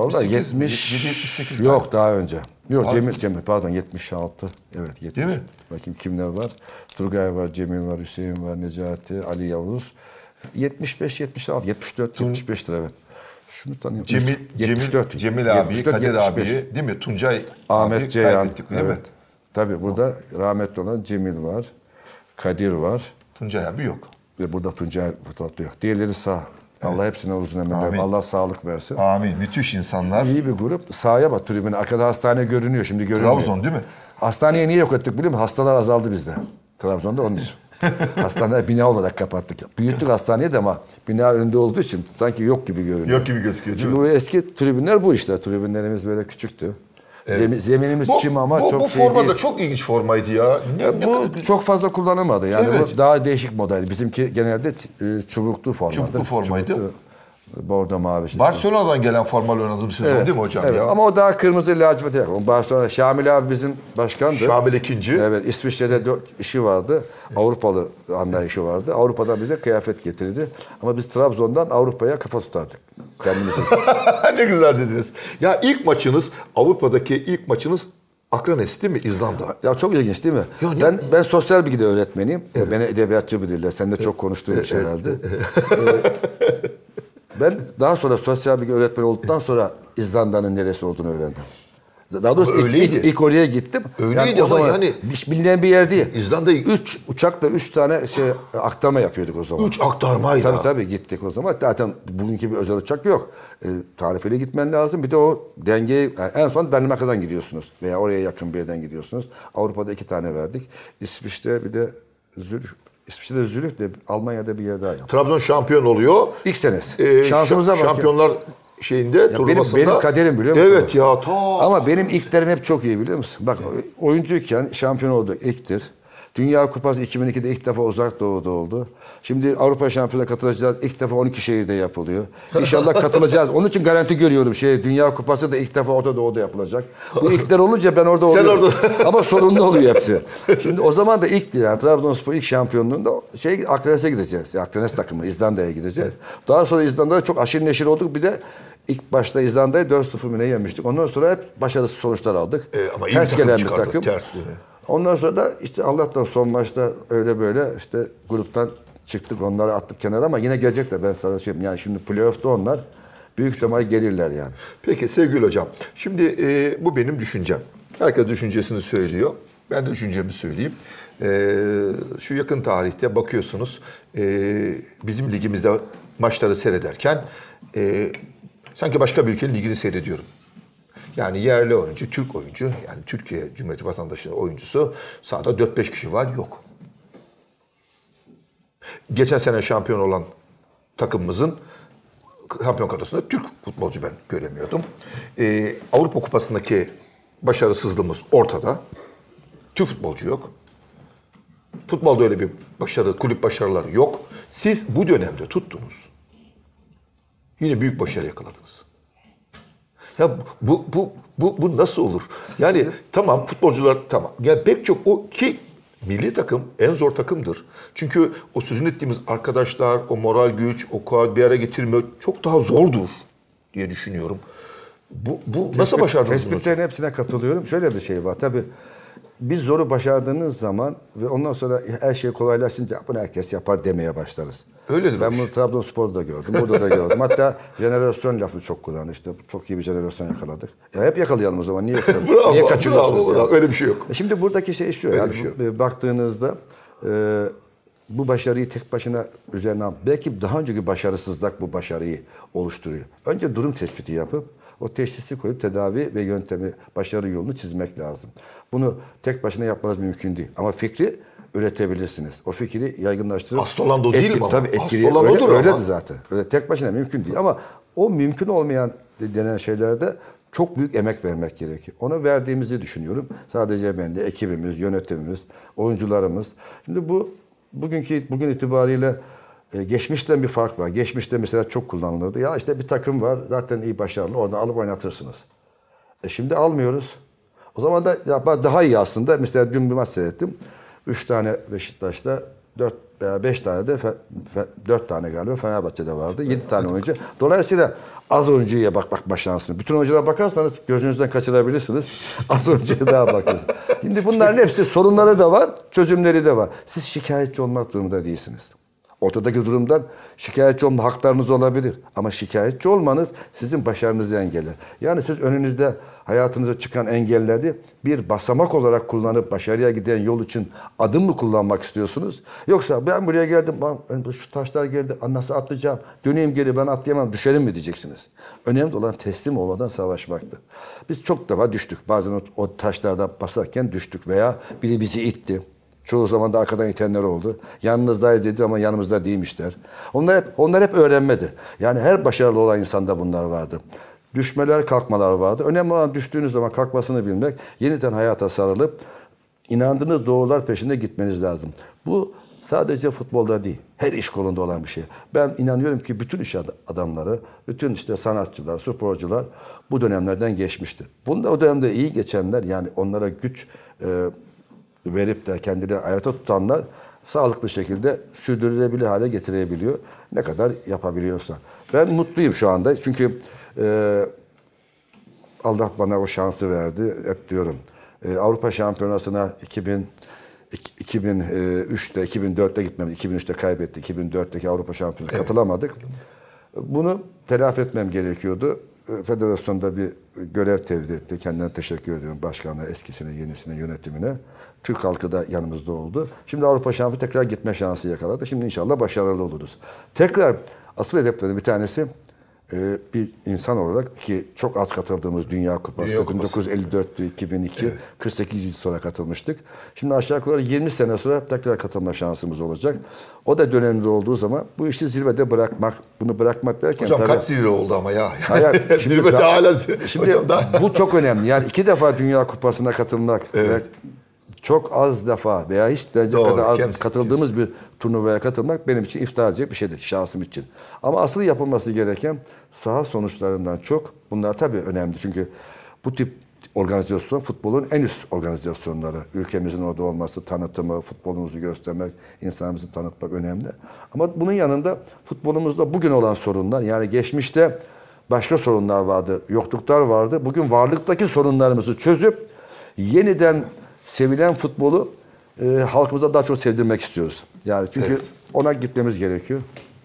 78 yok daha önce. Yok Cemil pardon 76. Evet 70. Değil mi? Bakayım kimler var? Turgay var, Cemil var, Hüseyin var, Necati, Ali Yavuz. 75, 76, 74, 75 lira evet. Şunu tanıyorum. Cemil abi, Kadir abi, değil mi? Tuncay Ahmet abi Ceyhan. Evet. Tabii burada rahmetli olan Cemil var. Kadir var. Tuncay abi yok. Ve burada Tuncay fotoğrafı yok. Diğerleri sağ. Evet. Allah hepsine uzun ömür versin. Allah sağlık versin. Amin. Müthiş insanlar. İyi bir grup. Sağa bak tribüne. Arkada hastane görünüyor. Şimdi görünmüyor. Trabzon değil mi? Hastaneye niye yok ettik biliyor musun? Hastalar azaldı bizde. Trabzon'da onun için. Hastaneyi bina olarak kapattık. Büyüttük hastaneyi de ama bina önünde olduğu için sanki yok gibi görünüyor. Yok gibi gözüküyor değil mi? Şimdi bu eski tribünler bu işte. Tribünlerimiz böyle küçüktü. Evet. Zeminimiz çim ama çok bu forma da çok ilginç formaydı ya. Bu çok fazla kullanılmadı. Yani bu daha değişik model. Bizimki genelde çubuklu formaydı. Çubuklu formaydı. Bordo mavi. Barcelona'dan gelen formayla oynadığımız bir sezon değil mi hocam ya? Ama o daha kırmızı lacivert yakın. Barcelona Şamil abi bizim başkandı. Şamil ikinci. Evet, İsviçre'de 4 işi vardı. Avrupalı anlayışı vardı. Avrupa'dan bize kıyafet getirdi. Ama biz Trabzon'dan Avrupa'ya kafa tutardık. Kendimize. Ne güzel dediniz. Ya Avrupa'daki ilk maçınız Akranes değil mi? İzlanda. Ya çok ilginç değil mi? Ben sosyal bilgide öğretmeniyim. Evet. Beni edebiyatçı bilirler. Sen de çok konuştuğum şey herhalde. Ben daha sonra sosyal bilgi öğretmeni olduktan sonra İzlanda'nın neresi olduğunu öğrendim. Daha doğrusu ilk oraya gittim. Öyleydi ama yani. Hiç bilinen bir yer değil. İzlanda'yı... Uçakla 3 tane aktarma yapıyorduk o zaman. 3 aktarmayla. Tabii gittik o zaman. Zaten bugünkü bir özel uçak yok. Tarifeli gitmen lazım. Bir de o dengeyi en son Danimarka'dan gidiyorsunuz. Veya oraya yakın bir yerden gidiyorsunuz. Avrupa'da 2 tane verdik. İsviçre bir de İsviçre'de Zürih de Almanya'da bir yer daha yaptı. Trabzon şampiyon oluyor. İlk senesi. Şansımıza bak. Şampiyonlar turnuvasında. Benim kaderim biliyor musun? Evet ya. Ama benim ilklerim hep çok iyi biliyor musun? Bak oyuncuyken şampiyon oldu ilktir. Dünya Kupası 2002'de ilk defa Uzak Doğu'da oldu. Şimdi Avrupa Şampiyonluğu'na katılacağız. İlk defa 12 şehirde yapılıyor. İnşallah katılacağız. Onun için garanti görüyorum. Dünya Kupası da ilk defa Orta Doğu'da yapılacak. Bu ilkler olunca ben orada oluyorum. Ama sorunlu oluyor hepsi. Şimdi o zaman da ilkti yani. Trabzonspor ilk şampiyonluğunda Akranes'e gideceğiz. Akranes takımı İzlanda'ya gideceğiz. Daha sonra İzlanda'da çok aşırı neşir olduk. Bir de İlk başta İzlanda'yı 4-0 mı ne yemiştik. Ondan sonra hep başarısız sonuçlar aldık. Ama ters gelen bir takım. Ters. Ondan sonra da işte Allah'tan son maçta öyle böyle işte gruptan çıktık. Onları attık kenara ama yine gelecekler. Ben sana söyleyeyim. Yani şimdi playoff'ta onlar büyük ihtimal gelirler yani. Peki sevgili hocam, şimdi bu benim düşüncem. Herkes düşüncesini söylüyor. Ben de düşüncemi söyleyeyim. Şu yakın tarihte bakıyorsunuz bizim ligimizde maçları seyrederken sanki başka bir ülkenin ligini seyrediyorum. Yani yerli oyuncu, Türk oyuncu, yani Türkiye Cumhuriyeti vatandaşı oyuncusu sahada 4-5 kişi var, yok. Geçen sene şampiyon olan takımımızın şampiyon kadrosunda Türk futbolcu ben göremiyordum. Avrupa Kupası'ndaki başarısızlığımız ortada. Türk futbolcu yok. Futbolda öyle bir başarı, kulüp başarıları yok. Siz bu dönemde tuttunuz. Yine büyük başarı yakaladınız. Ya bu nasıl olur? Yani tamam futbolcular tamam. Ya pek çok o ki milli takım en zor takımdır. Çünkü o sözünü ettiğimiz arkadaşlar, o moral güç, o kadar bir araya getirme çok daha zordur diye düşünüyorum. Bu nasıl başardınız bunu? Tespitlerin hepsine katılıyorum. Şöyle bir şey var. Tabii biz zoru başardığınız zaman ve ondan sonra her şey kolaylaşınca bunu herkes yapar demeye başlarız. Öyledir. Ben bunu Trabzonspor'da da gördüm, burada da gördüm. Hatta jenerasyon lafı çok kullanılır. İşte çok iyi bir jenerasyon yakaladık. Ya hep yakalayalım o zaman. Niye yakalayalım? Niye kaçırıyorsunuz? Bravo, yani? öyle bir şey yok. Şimdi buradaki şey şu. Yani baktığınızda bu başarıyı tek başına üzerine al. Belki daha önceki başarısızlık bu başarıyı oluşturuyor. Önce durum tespiti yapıp o teşhisi koyup tedavi ve yöntemi, başarı yolunu çizmek lazım. Bunu tek başına yapmanız mümkün değil. Ama fikri üretebilirsiniz. O fikri yaygınlaştırıp... Asıl olan da o değil mi ama? Tabii etkili. Asıl olan odur Öyledir ama. zaten. Öyle tek başına mümkün değil. Ama o mümkün olmayan denen şeylerde çok büyük emek vermek gerekiyor. Onu verdiğimizi düşünüyorum. Sadece ben de, ekibimiz, yönetimimiz, oyuncularımız. Şimdi bugün itibariyle geçmişten bir fark var. Geçmişte mesela çok kullanılırdı. Ya işte bir takım var zaten iyi başarılı oradan alıp oynatırsınız. Şimdi almıyoruz. O zaman da daha iyi aslında. Mesela dün bir maç seyrettim. 3 tane Beşiktaş'ta 4 veya 5 tane de 4 tane galiba Fenerbahçe'de vardı. 7 tane oyuncu. Dolayısıyla az oyuncuya bakma şansını. Bütün oyunculara bakarsanız gözünüzden kaçırabilirsiniz. Az oyuncuya daha bakın. Şimdi bunların hepsi sorunları da var, çözümleri de var. Siz şikayetçi olmak durumunda değilsiniz. Ortadaki durumdan şikayetçi olma haklarınız olabilir. Ama şikayetçi olmanız sizin başarınızı engeller. Yani siz önünüzde hayatınıza çıkan engelleri bir basamak olarak kullanıp başarıya giden yol için adım mı kullanmak istiyorsunuz? Yoksa ben buraya geldim, şu taşlar geldi, nasıl atlayacağım, döneyim geri ben atlayamam, düşerim mi diyeceksiniz. Önemli olan teslim olmadan savaşmaktır. Biz çok defa düştük. Bazen o taşlardan basarken düştük veya biri bizi itti. Çoğu zaman da arkadan itenler oldu. Yanınızdayız dedi ama yanımızda değilmişler. Onlar hep öğrenmedir. Yani her başarılı olan insanda bunlar vardır. Düşmeler, kalkmalar vardı. Önemli olan düştüğünüz zaman kalkmasını bilmek, yeniden hayata sarılıp inandığınız doğrular peşinde gitmeniz lazım. Bu sadece futbolda değil, her iş kolunda olan bir şey. Ben inanıyorum ki bütün iş adamları, bütün işte sanatçılar, sporcular bu dönemlerden geçmiştir. Bunda o dönemde iyi geçenler, yani onlara güç verip de kendini ayakta tutanlar sağlıklı şekilde sürdürülebilir hale getirebiliyor. Ne kadar yapabiliyorsa. Ben mutluyum şu anda. Çünkü Allah bana o şansı verdi. Hep diyorum. Avrupa Şampiyonası'na 2003'te, 2004'te gitmemiz. 2003'te kaybettik. 2004'teki Avrupa Şampiyonası'na katılamadık. Bunu telafi etmem gerekiyordu. Federasyonda bir görev tevdi etti. Kendine teşekkür ediyorum. Başkanına, eskisine, yenisine, yönetimine. Türk halkı da yanımızda oldu. Şimdi Avrupa Şampiyonu tekrar gitme şansı yakaladı. Şimdi inşallah başarılı oluruz. Tekrar asıl hedeflerin bir tanesi bir insan olarak ki çok az katıldığımız Dünya Kupası. 1954'tü, 2002, evet. 48 yıl sonra katılmıştık. Şimdi aşağı yukarı 20 sene sonra tekrar katılma şansımız olacak. O da dönemli olduğu zaman bu işi zirvede bırakmak, bunu bırakmak derken... Hocam tabii, kaç zirve oldu ama ya? Hayır, zirvede hala şimdi bu çok önemli. Yani 2 defa Dünya Kupası'na katılmak. Evet. Çok az defa veya hiç kadar az katıldığımız bir turnuvaya katılmak benim için iftihar edecek bir şeydir şahsım için. Ama asıl yapılması gereken saha sonuçlarından çok bunlar tabii önemli. Çünkü bu tip organizasyon futbolun en üst organizasyonları. Ülkemizin orada olması, tanıtımı, futbolumuzu göstermek, insanımızı tanıtmak önemli. Ama bunun yanında futbolumuzda bugün olan sorunlar, yani geçmişte başka sorunlar vardı, yokluklar vardı. Bugün varlıktaki sorunlarımızı çözüp yeniden sevilen futbolu halkımıza daha çok sevdirmek istiyoruz. Yani çünkü ona gitmemiz gerekiyor.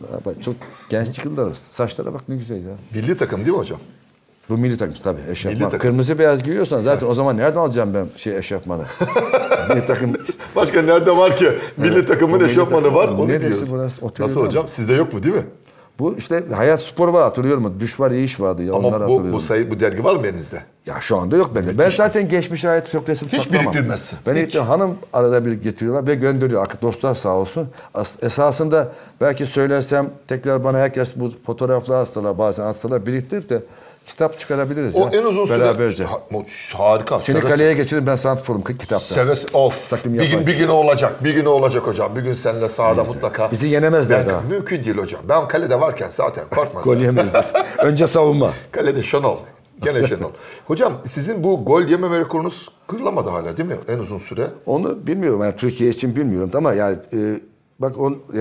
Bak, çok genç çıkıldılar. Saçlara bak ne güzel ya. Milli takım değil mi hocam? Bu milli takım tabii eşofman. Milli takım. Kırmızı beyaz giyiyorsan zaten o zaman nereden alacağım ben eşofmanı? Milli takım. Başka nerede var ki? Milli takımın milli eşofmanı takım. var, onu Neresi biliyoruz. burası? Otel Nasıl var mı? hocam? Sizde yok mu değil mi? Bu işte Hayat Spor var hatırlıyorum. Düş var, iyi iş vardı ya onları Ama hatırlıyorum. bu dergi var mı elinizde? Ya şu anda yok bende. Ben zaten geçmişe ait çok resim Hiç saklamam. biriktirmezsin. Ben Hiç. hanım arada bir getiriyorlar ve gönderiyor. Dostlar sağ olsun. Esasında belki söylersem tekrar bana herkes bu fotoğraflar atsalar bazen atsalar biriktirip de kitap çıkarabiliriz. O ya. en uzun süre... Beraberce. Harika. Seni kaleye geçirin ben sanatforum kitapta. Of. Takım Bir yapar. gün olacak. Bir gün olacak hocam. Bir gün seninle sahada mutlaka. Bizi yenemezler Ben- daha. Mümkün değil hocam. Ben kalede varken zaten korkma. Gol yemeyiz biz. Önce savunma. Kalede Şenol. Gene Şenol. Hocam sizin bu gol yememe rekorunuz kırılamadı hala değil mi? En uzun süre. Onu bilmiyorum yani Türkiye için bilmiyorum ama yani bak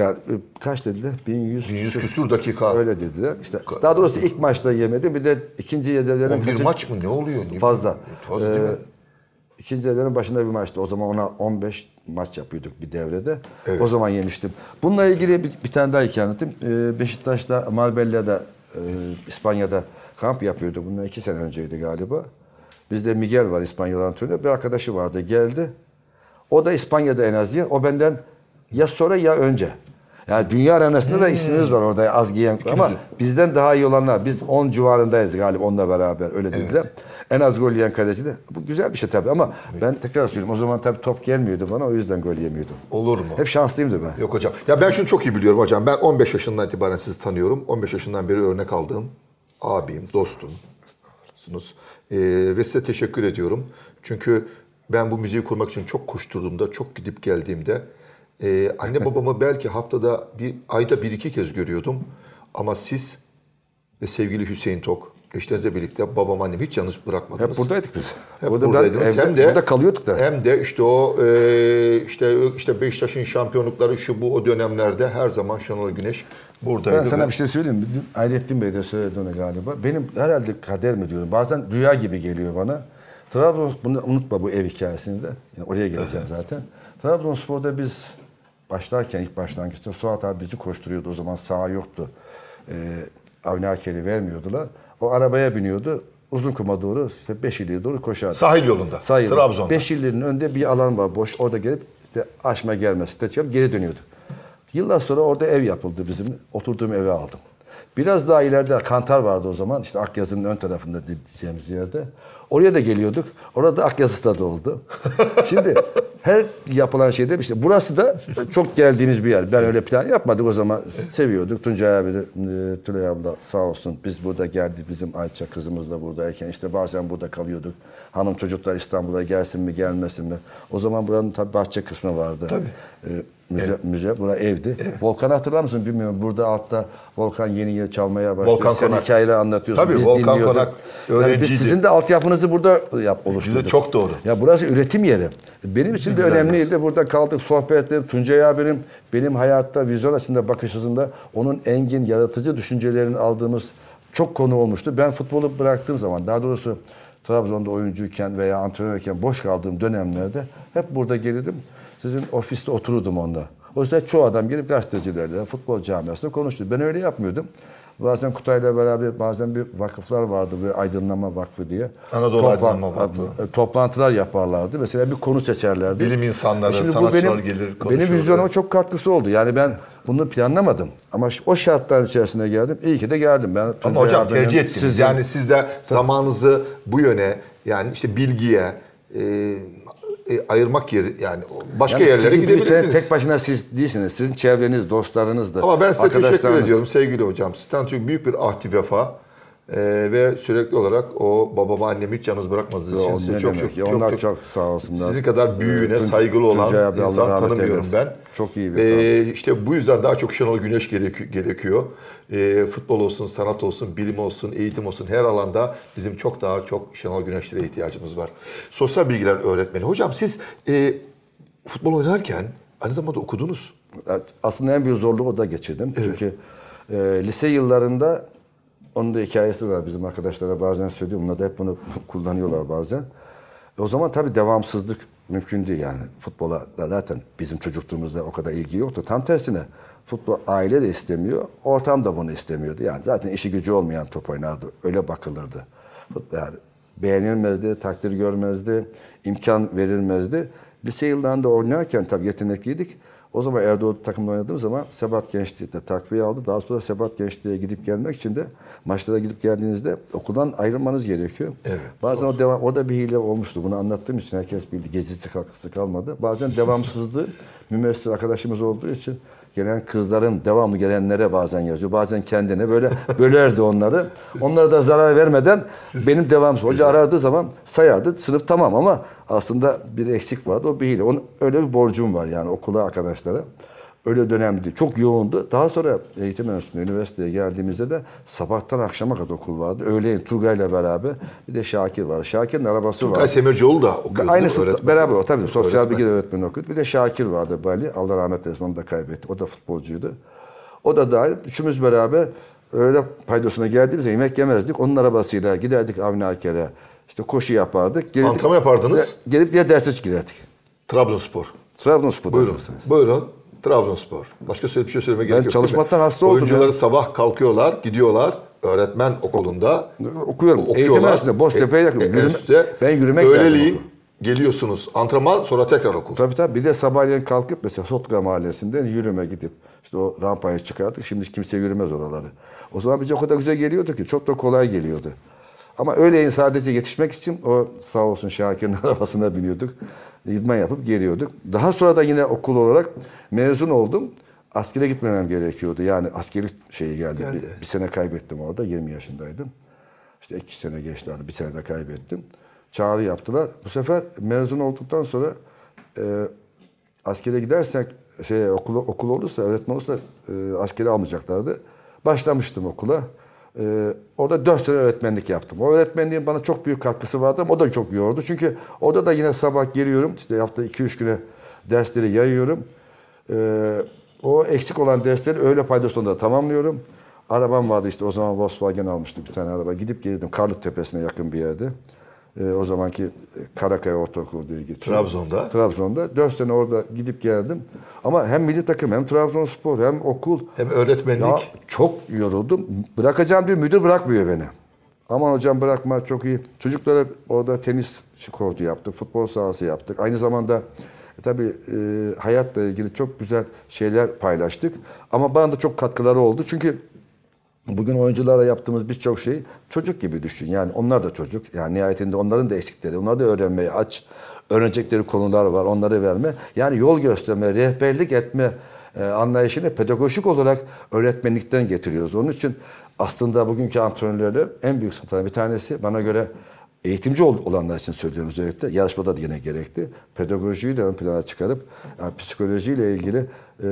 kaç dediler? 1100 100 küsur dakika. öyle dediler. İşte daha doğrusu ilk maçta yemedim. Bir de ikinci yedilerin 11 maç mı? Ne oluyor? fazla. Fazla değil mi? İkinci devrenin başında bir maçtı. O zaman ona 15 maç yapıyorduk bir devrede. Evet. O zaman yemiştim. Bununla ilgili bir tane daha hikaye anlatayım. Beşiktaş'ta Marbella'da İspanya'da kamp yapıyorduk. Bundan 2 sene önceydi galiba. Bizde Miguel var İspanyol antrenör. Bir arkadaşı vardı geldi. O da İspanya'da en az o benden ya sonra ya önce. Yani dünya arenasında da ismimiz var orada az giyen ama bizden daha iyi olanlar. Biz 10 civarındayız galiba onunla beraber öyle dediler. En az gol yiyen kaleci de. Bu güzel bir şey tabii ama ben tekrar söyleyeyim o zaman tabii top gelmiyordu bana o yüzden gol yemiyordum. Olur mu? Hep şanslıyımdı ben. Yok hocam. Ya ben şunu çok iyi biliyorum hocam. Ben 15 yaşından itibaren sizi tanıyorum. 15 yaşından beri örnek aldığım abim, dostumsunuz. Ve size teşekkür ediyorum. Çünkü ben bu müziği kurmak için çok koşturduğumda, çok gidip geldiğimde anne babamı belki haftada ayda 1-2 kez görüyordum. Ama siz ve sevgili Hüseyin Tok eşinizle birlikte babam annemi hiç yalnız bırakmadınız. Hep buradaydık biz. Hep Burada buradaydınız. Hem de burada kalıyorduk da. Hem de işte o işte Beşiktaş'ın şampiyonlukları şu bu o dönemlerde her zaman Şenol Güneş buradaydı. Ben sana bir şey söyleyeyim mi? Dün Hayrettin Bey de söyledi onu galiba. Benim herhalde kader mi diyorum. Bazen rüya gibi geliyor bana. Bunu unutma bu ev hikayesini de. Yani oraya geleceğim zaten. Trabzonspor'da biz başlarken ilk başlangıçta Suat abi bizi koşturuyordu. O zaman saha yoktu. Avni Aker'i vermiyordular. O arabaya biniyordu. Uzunkum'a doğru işte Beşikli'ye doğru koşardı. Sahil yolunda. Trabzon'da. Beşikli'nin önünde bir alan var boş. Orada gelip işte aşma gelmez. Site çıkıp geri dönüyorduk. Yıllar sonra orada ev yapıldı bizim. Oturduğum evi aldım. Biraz daha ileride Kantar vardı o zaman. İşte Akyazı'nın ön tarafında diyeceğimiz yerde. Oraya da geliyorduk. Orada Akyazı stadı oldu. Şimdi her yapılan şeyde işte burası da çok geldiğimiz bir yer. Ben öyle plan yapmadık o zaman. Seviyorduk. Tuncay abi de Tülay abla sağ olsun. Biz burada geldik. Bizim Ayça kızımız da buradayken işte bazen burada kalıyorduk. Hanım çocuklar İstanbul'a gelsin mi gelmesin mi? O zaman buranın tabii bahçe kısmı vardı. Tabii. Müze, buna evdi. Volkan'ı hatırlar mısın bilmiyorum. Burada altta Volkan yeni çalmaya başladı. Volkan Sen Konak. hikayeleri anlatıyorsun. Tabii, Biz Volkan dinliyorduk. Konak Yani öğrenciydi. biz sizin de altyapınızı burada oluşturduk. Çok doğru. Ya burası üretim yeri. Benim için de Güzel önemliydi. Burada kaldık sohbet ettik. Tuncay abinin benim hayatta vizyon açısında bakış hızında onun engin yaratıcı düşüncelerini aldığımız çok konu olmuştu. Ben futbolu bıraktığım zaman daha doğrusu Trabzon'da oyuncuyken veya antrenörken boş kaldığım dönemlerde hep burada gelirdim. Sizin ofiste otururdum onda. O yüzden çoğu adam gelip gazetecilerle, futbol camiasında konuştu. Ben öyle yapmıyordum. Bazen Kutay'la beraber bazen bir vakıflar vardı, bir aydınlanma vakfı diye. Anadolu Aydınlanma Vakfı. Toplantılar yaparlardı. Mesela bir konu seçerlerdi. Bilim insanları, Şimdi bu sanatçılar gelir konuşur. benim vizyonuma çok katkısı oldu. Yani ben bunu planlamadım. Ama o şartların içerisine geldim. İyi ki de geldim. Ben Ama Tuncay hocam abinin, tercih ettiniz. sizin- Yani siz de zamanınızı bu yöne yani işte bilgiye ayırmak yeri yani başka Yani yerlere sizin gidebilirsiniz. tek başına siz değilsiniz. Sizin çevreniz, dostlarınız da. Ama ben size teşekkür arkadaşlarınız. ediyorum sevgili hocam. Sizden çünkü büyük bir ahdi vefa ve sürekli olarak o babamı annemi hiç yalnız bırakmadığınız için O size ne çok demek çok, ya, çok onlar çok çok sağ olsunlar. sizin kadar büyüğüne saygılı Tuncay olan abi, Allah insan rahmet tanımıyorum eylesin. ben. Çok iyi bir insan. İşte bu yüzden daha çok Şenol Güneş gerekiyor. Futbol olsun, sanat olsun, bilim olsun, eğitim olsun her alanda bizim çok daha çok Şenol Güneşlere ihtiyacımız var. Sosyal bilgiler öğretmeni. Hocam siz futbol oynarken aynı zamanda okudunuz. Aslında en büyük zorluğu orada geçirdim. Evet. Çünkü lise yıllarında onun da hikayesi var bizim arkadaşlara bazen söylüyorum. Onlar da hep bunu kullanıyorlar bazen. O zaman tabii devamsızlık mümkün değil yani. Futbola da zaten bizim çocukluğumuzda o kadar ilgi yoktu. Tam tersine futbol aile de istemiyor, ortam da bunu istemiyordu. Yani zaten işi gücü olmayan top oynardı. Öyle bakılırdı. Yani beğenilmezdi, takdir görmezdi, imkan verilmezdi. Lise yıllarında oynarken tabii yetenekliydik. O zaman Erdoğdu takımda oynadığım zaman Sebat Gençlik'te takviye aldı. Daha sonra Sebat Gençlik'e gidip gelmek için de maçlara gidip geldiğinizde okuldan ayrılmanız gerekiyor. Evet, Bazen orada bir hile olmuştu. Bunu anlattığım için herkes bildi. Gezisi kalkısı kalmadı. Bazen devamsızlığı mümessil arkadaşımız olduğu için gelen kızların devamlı gelenlere bazen yazıyor. Bazen kendine böyle bölerdi onları. Onlara da zarar vermeden benim devamsız. Hoca aradığı zaman sayardı. Sınıf tamam ama aslında bir eksik vardı. O bir hile. Öyle bir borcum var yani okula, arkadaşlara. Öyle dönemdi. Çok yoğundu. Daha sonra eğitim enstitüsüne, üniversiteye geldiğimizde de sabahtan akşama kadar okul vardı. Öğleyin Turgay'la beraber bir de Şakir var. Şakir'in arabası var. Turgay Semircioğlu da okuyordu. Aynı sınıfta beraber o tabii. Sosyal Öğretmen. bilgi öğretmeni okuyordu. Bir de Şakir vardı Bali. Allah rahmet eylesin, onu da kaybetti. O da futbolcuydu. O da dahil. Üçümüz beraber öyle paydosuna geldiğimizde yemek yemezdik. Onun arabasıyla giderdik Avni Aker'e. İşte koşu yapardık. Gelirdik, Antrenman yapardınız. gelip diye derse girerdik. Trabzonspor. Trabzonspor'da. Buyurun. Buyurun. Trabzonspor. Başka bir şey söylemeye gerek yok. çalışmaktan değil mi? hasta oldum Oyuncuları ya. sabah kalkıyorlar, gidiyorlar öğretmen okulunda. Okuyorum. Eğitim Okuyorlar. enstitüsünde Boztepe'ye yakın. Enstitüde. Ben yürümek lazım Öğleliğin okula. geliyorsunuz antrenman, sonra tekrar okul. Tabii. Bir de sabahleyin kalkıp mesela Sotka Mahallesi'nden yürüme gidip işte o rampaya çıkardık. Şimdi kimse yürümez oraları. O zaman bize o kadar güzel geliyordu ki çok da kolay geliyordu. Ama öğleyin sadece yetişmek için o sağ olsun Şakir'in arabasına biniyorduk. İdman yapıp geliyorduk. Daha sonra da yine okul olarak mezun oldum. Askere gitmemem gerekiyordu. Yani askerlik şeyi geldi. Bir sene kaybettim orada. 20 yaşındaydım. İşte 2 sene geçti. Bir sene de kaybettim. Çağrı yaptılar. Bu sefer mezun olduktan sonra askere gidersek okul olursa, öğretmen olursa askere almayacaklardı. Başlamıştım okula. Orada 4 sene öğretmenlik yaptım. O öğretmenliğin bana çok büyük katkısı vardı ama o da çok yordu. Çünkü orada da yine sabah geliyorum. İşte hafta 2-3 güne dersleri yayıyorum. O eksik olan dersleri öğle paydasında tamamlıyorum. Arabam vardı işte o zaman Volkswagen almıştım bir tane araba. Gidip gelirdim Karlık Tepesi'ne yakın bir yerde. O zamanki Karakaya Ortaokulu diye geçiyor. Trabzon'da. Trabzon'da. 4 sene orada gidip geldim. Ama hem milli takım hem Trabzonspor hem okul. Hem öğretmenlik. Ya çok yoruldum. Bırakacağım bir müdür bırakmıyor beni. Aman hocam bırakma çok iyi. Çocuklara orada tenis kortu yaptık, futbol sahası yaptık. Aynı zamanda tabii hayatla ilgili çok güzel şeyler paylaştık. Ama bana da çok katkıları oldu. Çünkü bugün oyuncularla yaptığımız birçok şey çocuk gibi düşün. Yani onlar da çocuk. Yani nihayetinde onların da eksikleri, onlar da öğrenmeye aç. Öğrenecekleri konular var, onları verme. Yani yol gösterme, rehberlik etme anlayışını pedagojik olarak öğretmenlikten getiriyoruz. Onun için aslında bugünkü antrenörlerin en büyük sıkıntılarından bir tanesi bana göre eğitimci olanlar için söylüyorum özellikle. Yarışmada da yine gerekli. Pedagojiyi de ön plana çıkarıp yani psikolojiyle ilgili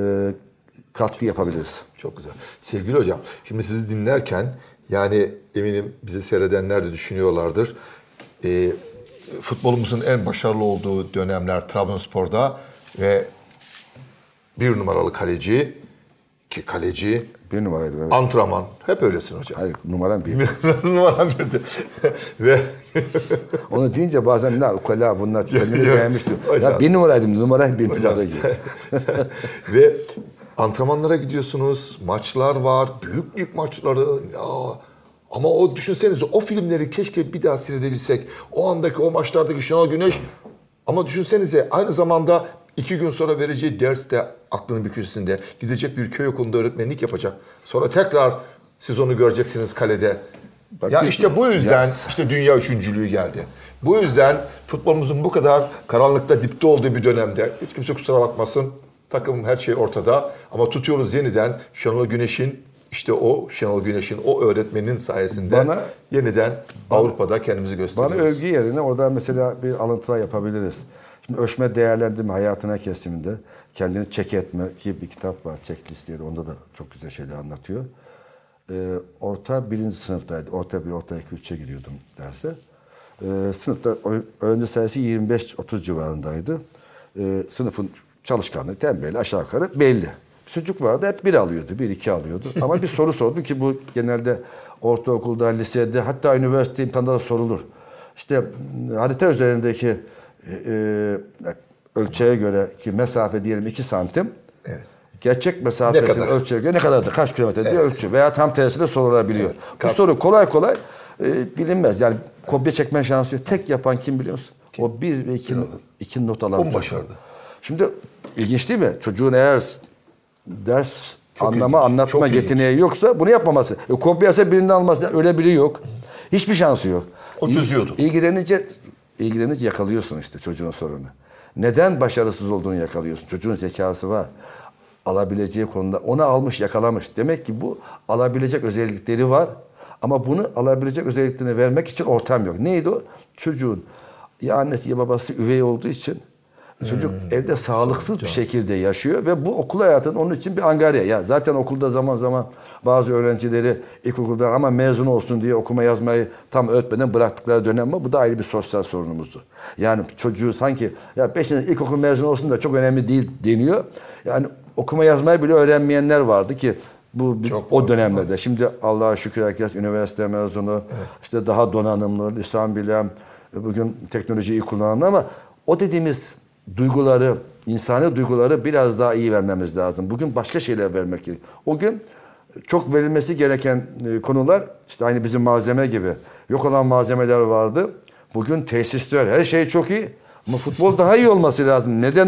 katkı yapabiliriz. Çok güzel. Sevgili hocam, şimdi sizi dinlerken yani eminim bizi seyredenler de düşünüyorlardır. Futbolumuzun en başarılı olduğu dönemler Trabzonspor'da ve bir numaralı kaleci, ki kaleci, Bir numaraydı. Evet. antrenman. Hep öylesin hocam. Hayır, numaram bir. Numaram birdi. Ve Onu deyince bazen ne ukala bunlar kendini Yok, beğenmişti. hocam. Ya bir numaraydım, numara bir hocam numara gibi. ve antrenmanlara gidiyorsunuz, maçlar var, büyük büyük maçları. Ya, ama o düşünsenize o filmleri keşke bir daha seyredebilsek. O andaki o maçlardaki Şenol Güneş. Ama düşünsenize aynı zamanda 2 gün sonra vereceği ders de aklının bir köşesinde. Gidecek bir köy okulunda öğretmenlik yapacak. Sonra tekrar siz onu göreceksiniz kalede. Bak, Ya işte bu yüzden Yes. işte dünya üçüncülüğü geldi. Bu yüzden futbolumuzun bu kadar karanlıkta dipte olduğu bir dönemde hiç kimse kusura bakmasın. Takım her şey ortada ama tutuyoruz yeniden Şenol Güneş'in işte o Şenol Güneş'in o öğretmenin sayesinde yeniden Avrupa'da kendimizi gösteriyoruz. Bana övgü yerine orada mesela bir alıntı yapabiliriz. Şimdi ölçme değerlendirme hayatına kesiminde kendini check etme ki bir kitap var checklist diye onda da çok güzel şeyler anlatıyor. Orta 1. sınıftaydı. Orta 1, orta 2, 3'e giriyordum derse. Sınıfta öğrenci sayısı 25-30 civarındaydı. Sınıfın çalışkanlığı, tembeli aşağı yukarı belli. Çocuk vardı hep 1 alıyordu, 1-2 alıyordu. Ama bir soru sordu ki bu genelde ortaokulda, lisede hatta üniversite imtihanında da sorulur. işte harita üzerindeki ölçeğe göre ki mesafe diyelim 2 santim. Evet. Gerçek mesafesini ölçeğe göre ne kadardır, kaç kilometre diye ölçüyor. Veya tam tersi de sorulabiliyor. Bu soru kolay kolay bilinmez. Yani kopya çekme şansı yok. Tek yapan kim biliyor musun? O 1 ve 2 not alan çocuk. başardı. Şimdi ilginç değil mi? Çocuğun eğer ders anlama, ilginç, anlatma çok yeteneği yoksa bunu yapmaması. Kopyası birinden alması öyle biri yok. Hiçbir şansı yok. O çözüyordu. İlgilenince yakalıyorsun işte çocuğun sorunu. Neden başarısız olduğunu yakalıyorsun. Çocuğun zekası var. Alabileceği konuda onu almış, yakalamış. Demek ki bu alabilecek özellikleri var. Ama bunu alabilecek özelliklerini vermek için ortam yok. Neydi o? Çocuğun ya annesi ya babası üvey olduğu için çocuk evde sağlıksız bir şekilde yaşıyor ve bu okul hayatının onun için bir angarya. Ya zaten okulda zaman zaman bazı öğrencileri ilkokulda ama mezun olsun diye okuma yazmayı tam öğretmeden bıraktıkları dönem var. Bu da ayrı bir sosyal sorunumuzdu. Yani çocuğu sanki ya 5. ilkokul mezun olsun da çok önemli değil deniyor. Yani okuma yazmayı bile öğrenmeyenler vardı ki bu o dönemlerde. Şimdi Allah'a şükür herkes üniversite mezunu, işte daha donanımlı, lisan bilen, bugün teknolojiyi iyi kullanan ama o dediğimiz duyguları, insani duyguları biraz daha iyi vermemiz lazım. Bugün başka şeyler vermek gerekiyor. O gün çok verilmesi gereken konular işte aynı bizim malzeme gibi. Yok olan malzemeler vardı. Bugün tesisler, her şey çok iyi. Ama futbol daha iyi olması lazım. Neden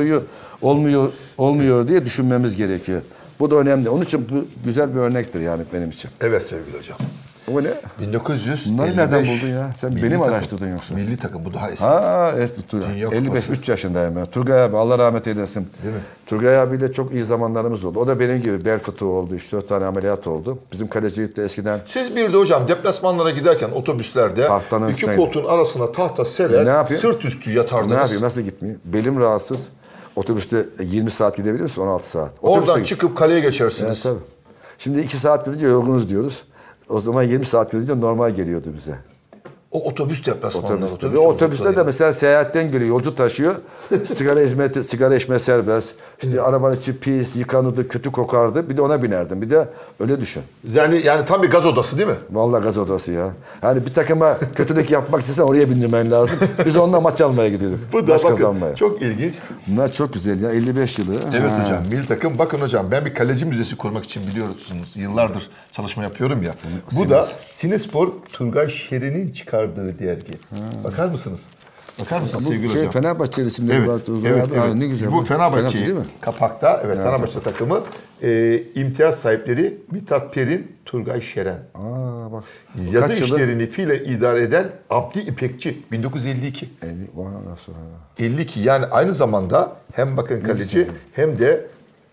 olmuyor diye düşünmemiz gerekiyor. Bu da önemli. Onun için bu güzel bir örnektir yani benim için. Evet sevgili hocam. O ne? 1955. Bunları nereden buldun ya? Sen beni mi araştırdın yoksa? Milli takım bu daha eski. Eski Turgay. Dünya 55, Kupası. 3 yaşındayım ben. Turgay abi Allah rahmet eylesin. Değil mi? Turgay abiyle çok iyi zamanlarımız oldu. O da benim gibi bel fıtığı oldu. 3-4 tane ameliyat oldu. Bizim kalecilikte eskiden Siz bir de hocam deplasmanlara giderken otobüslerde Tahtanın iki üstüne koltuğun arasına tahta serer, Ne yapayım? sırt üstü yatardınız. ne yapayım? Nasıl gitmiyor? Belim rahatsız. Otobüste 20 saat gidebiliyor musun? 16 saat. Oradan Otobüste çıkıp kaleye Evet, geçersiniz. tabii. Şimdi 2 saat gidince yorgunuz diyoruz. O zaman 20 saat gidince normal geliyordu bize. O otobüs deplasmanları. Otobüste. Otobüste de mesela seyahatten geliyor, yolcu taşıyor. sigara içme serbest. İşte arabanın içi pis, yıkanırdı, kötü kokardı. Bir de ona binerdim. Bir de öyle düşün. Yani tam bir gaz odası değil mi? Vallahi gaz odası ya. Yani bir takıma kötülük yapmak istesen oraya bindirmen lazım. Biz onunla maç almaya gidiyorduk. Bu da maç bakın kazanmaya. çok ilginç. Bunlar çok güzel ya. 55 yılı. Evet hocam milli takım. Bakın hocam ben bir kaleci müzesi kurmak için biliyorsunuz yıllardır çalışma yapıyorum ya. Bu da Sinespor Turgay Şeren'in çıkardığı dergi. Bakar mısınız? Bakar mısınız sevgili hocam? Fenerbahçe resimleri Evet, var. evet. Ha, ne güzel. Bu Fenerbahçe değil mi? kapakta, evet Fenerbahçe takımı imtiyaz sahipleri Mithat Perin, Turgay Şeren. Aa bak. Yazı Kaç yılı? işlerini fiile idare eden Abdi İpekçi 1952. Vay nasıl? 52 yani aynı zamanda hem bakın kaleci hem de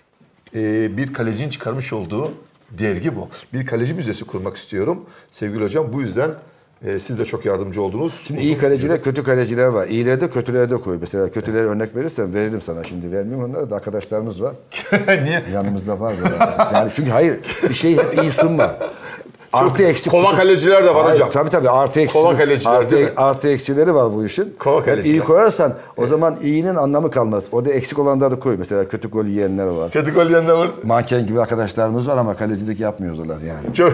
bir kalecinin çıkarmış olduğu dergi bu. Bir kaleci müzesi kurmak istiyorum sevgili hocam. Bu yüzden siz de çok yardımcı oldunuz. Şimdi iyi kaleciler, kötü kaleciler var. İyileri de kötüleri de koy. Mesela kötülere örnek verirsen veririm sana şimdi. Vermiyorum onlara da arkadaşlarımız var. Niye? Yanımızda var. Yani çünkü hayır bir şey hep iyi sunma. Artı eksi. Kova kaleciler de var Hayır, hocam. tabii artı eksi. Kova kaleciler değil mi? Artı eksileri var bu işin. Kova Hep kaleciler. iyi koyarsan o zaman iyinin anlamı kalmaz. Orada eksik olanları koy. Mesela kötü gol yiyenler var. Kötü gol yiyenler var. Manken gibi arkadaşlarımız var ama kalecilik yapmıyorlar yani. Çok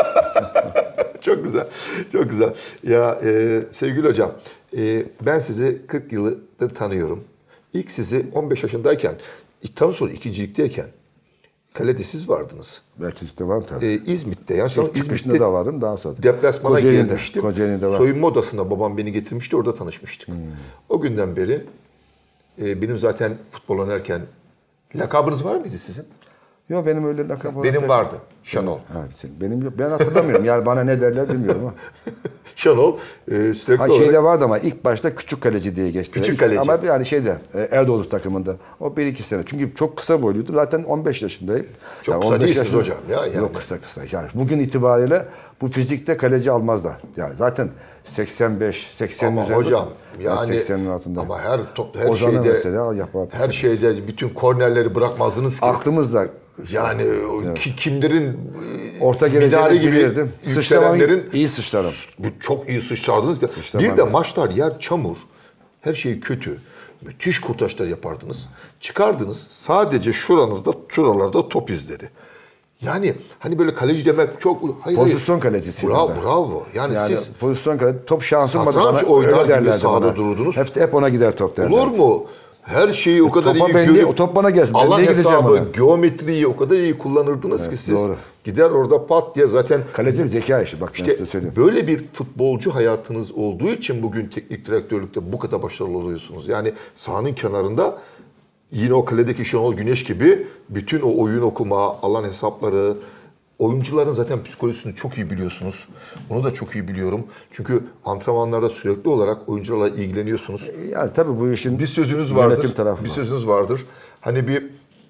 çok güzel. Çok güzel. Ya sevgili hocam, ben sizi 40 yıldır tanıyorum. İlk sizi 15 yaşındayken, tabii sonra ikincilikteyken kalede siz vardınız. Belki işte var tabii. İzmit'te. Yani İlk çıkışında da vardım daha sonra. Deplasmana gelmiştim. Kocaeli'de var. Soyunma odasına babam beni getirmişti. Orada tanışmıştık. O günden beri benim zaten futbol oynarken lakabınız var mıydı sizin? Yok benim öyle lakabım Benim vardı. Şenol. Benim yok. Ben hatırlamıyorum. Yani bana ne derler bilmiyorum ama. Şenol sürekli olarak... Şeyde vardı ama ilk başta küçük kaleci diye geçti. Küçük kaleci. Ama yani şeyde Erdoğdu takımında. O 1-2 sene. Çünkü çok kısa boyluydu. Zaten 15 yaşındayım. Çok yani kısa 15 değilsiniz hocam ya. Yani. Yok kısa. Yani bugün itibariyle bu fizikte kaleci almazlar. Yani zaten 85, 80'in Ama üzerinde. hocam yani 80'in altında. ama her Ozan'ı şeyde mesela yapardı. her şeyde bütün kornerleri bırakmazdınız ki. Aklımızda Yani kimlerin orta Midari geleceğini gibi bilirdim. yükselenlerin iyi sıçrarım. çok iyi sıçradınız. Bir de maçlar yer çamur. Her şey kötü. Müthiş kurtarışlar yapardınız. Çıkardınız. Sadece şuralarda top izledi. Yani hani böyle kaleci demek çok... Hayır, Pozisyon kalecisiydim bravo, ben. bravo. Yani siz pozisyon kaleci, top şansım vardı satranç bana. oynar Öyle gibi derlerdi sahada bana. dururdunuz. Hep ona gider top derlerdi. olur mu? Her şeyi o kadar topa iyi ben görüp... o top bana gelsin. Ben alan niye gideceğim hesabı, ona? geometriyi o kadar iyi kullanırdınız ki siz. doğru. Gider orada pat diye zaten... Kaleci zeka işi. Bak ben İşte size söyleyeyim. böyle bir futbolcu hayatınız olduğu için bugün teknik direktörlükte bu kadar başarılı oluyorsunuz. Yani sahanın kenarında yine o kaledeki Şenol Güneş gibi bütün o oyun okuma, alan hesapları, oyuncuların zaten psikolojisini çok iyi biliyorsunuz. Onu da çok iyi biliyorum. Çünkü antrenmanlarda sürekli olarak oyuncularla ilgileniyorsunuz. Yani tabii bu işin Bir sözünüz yönetim vardır. tarafı Bir var. sözünüz vardır. Hani bir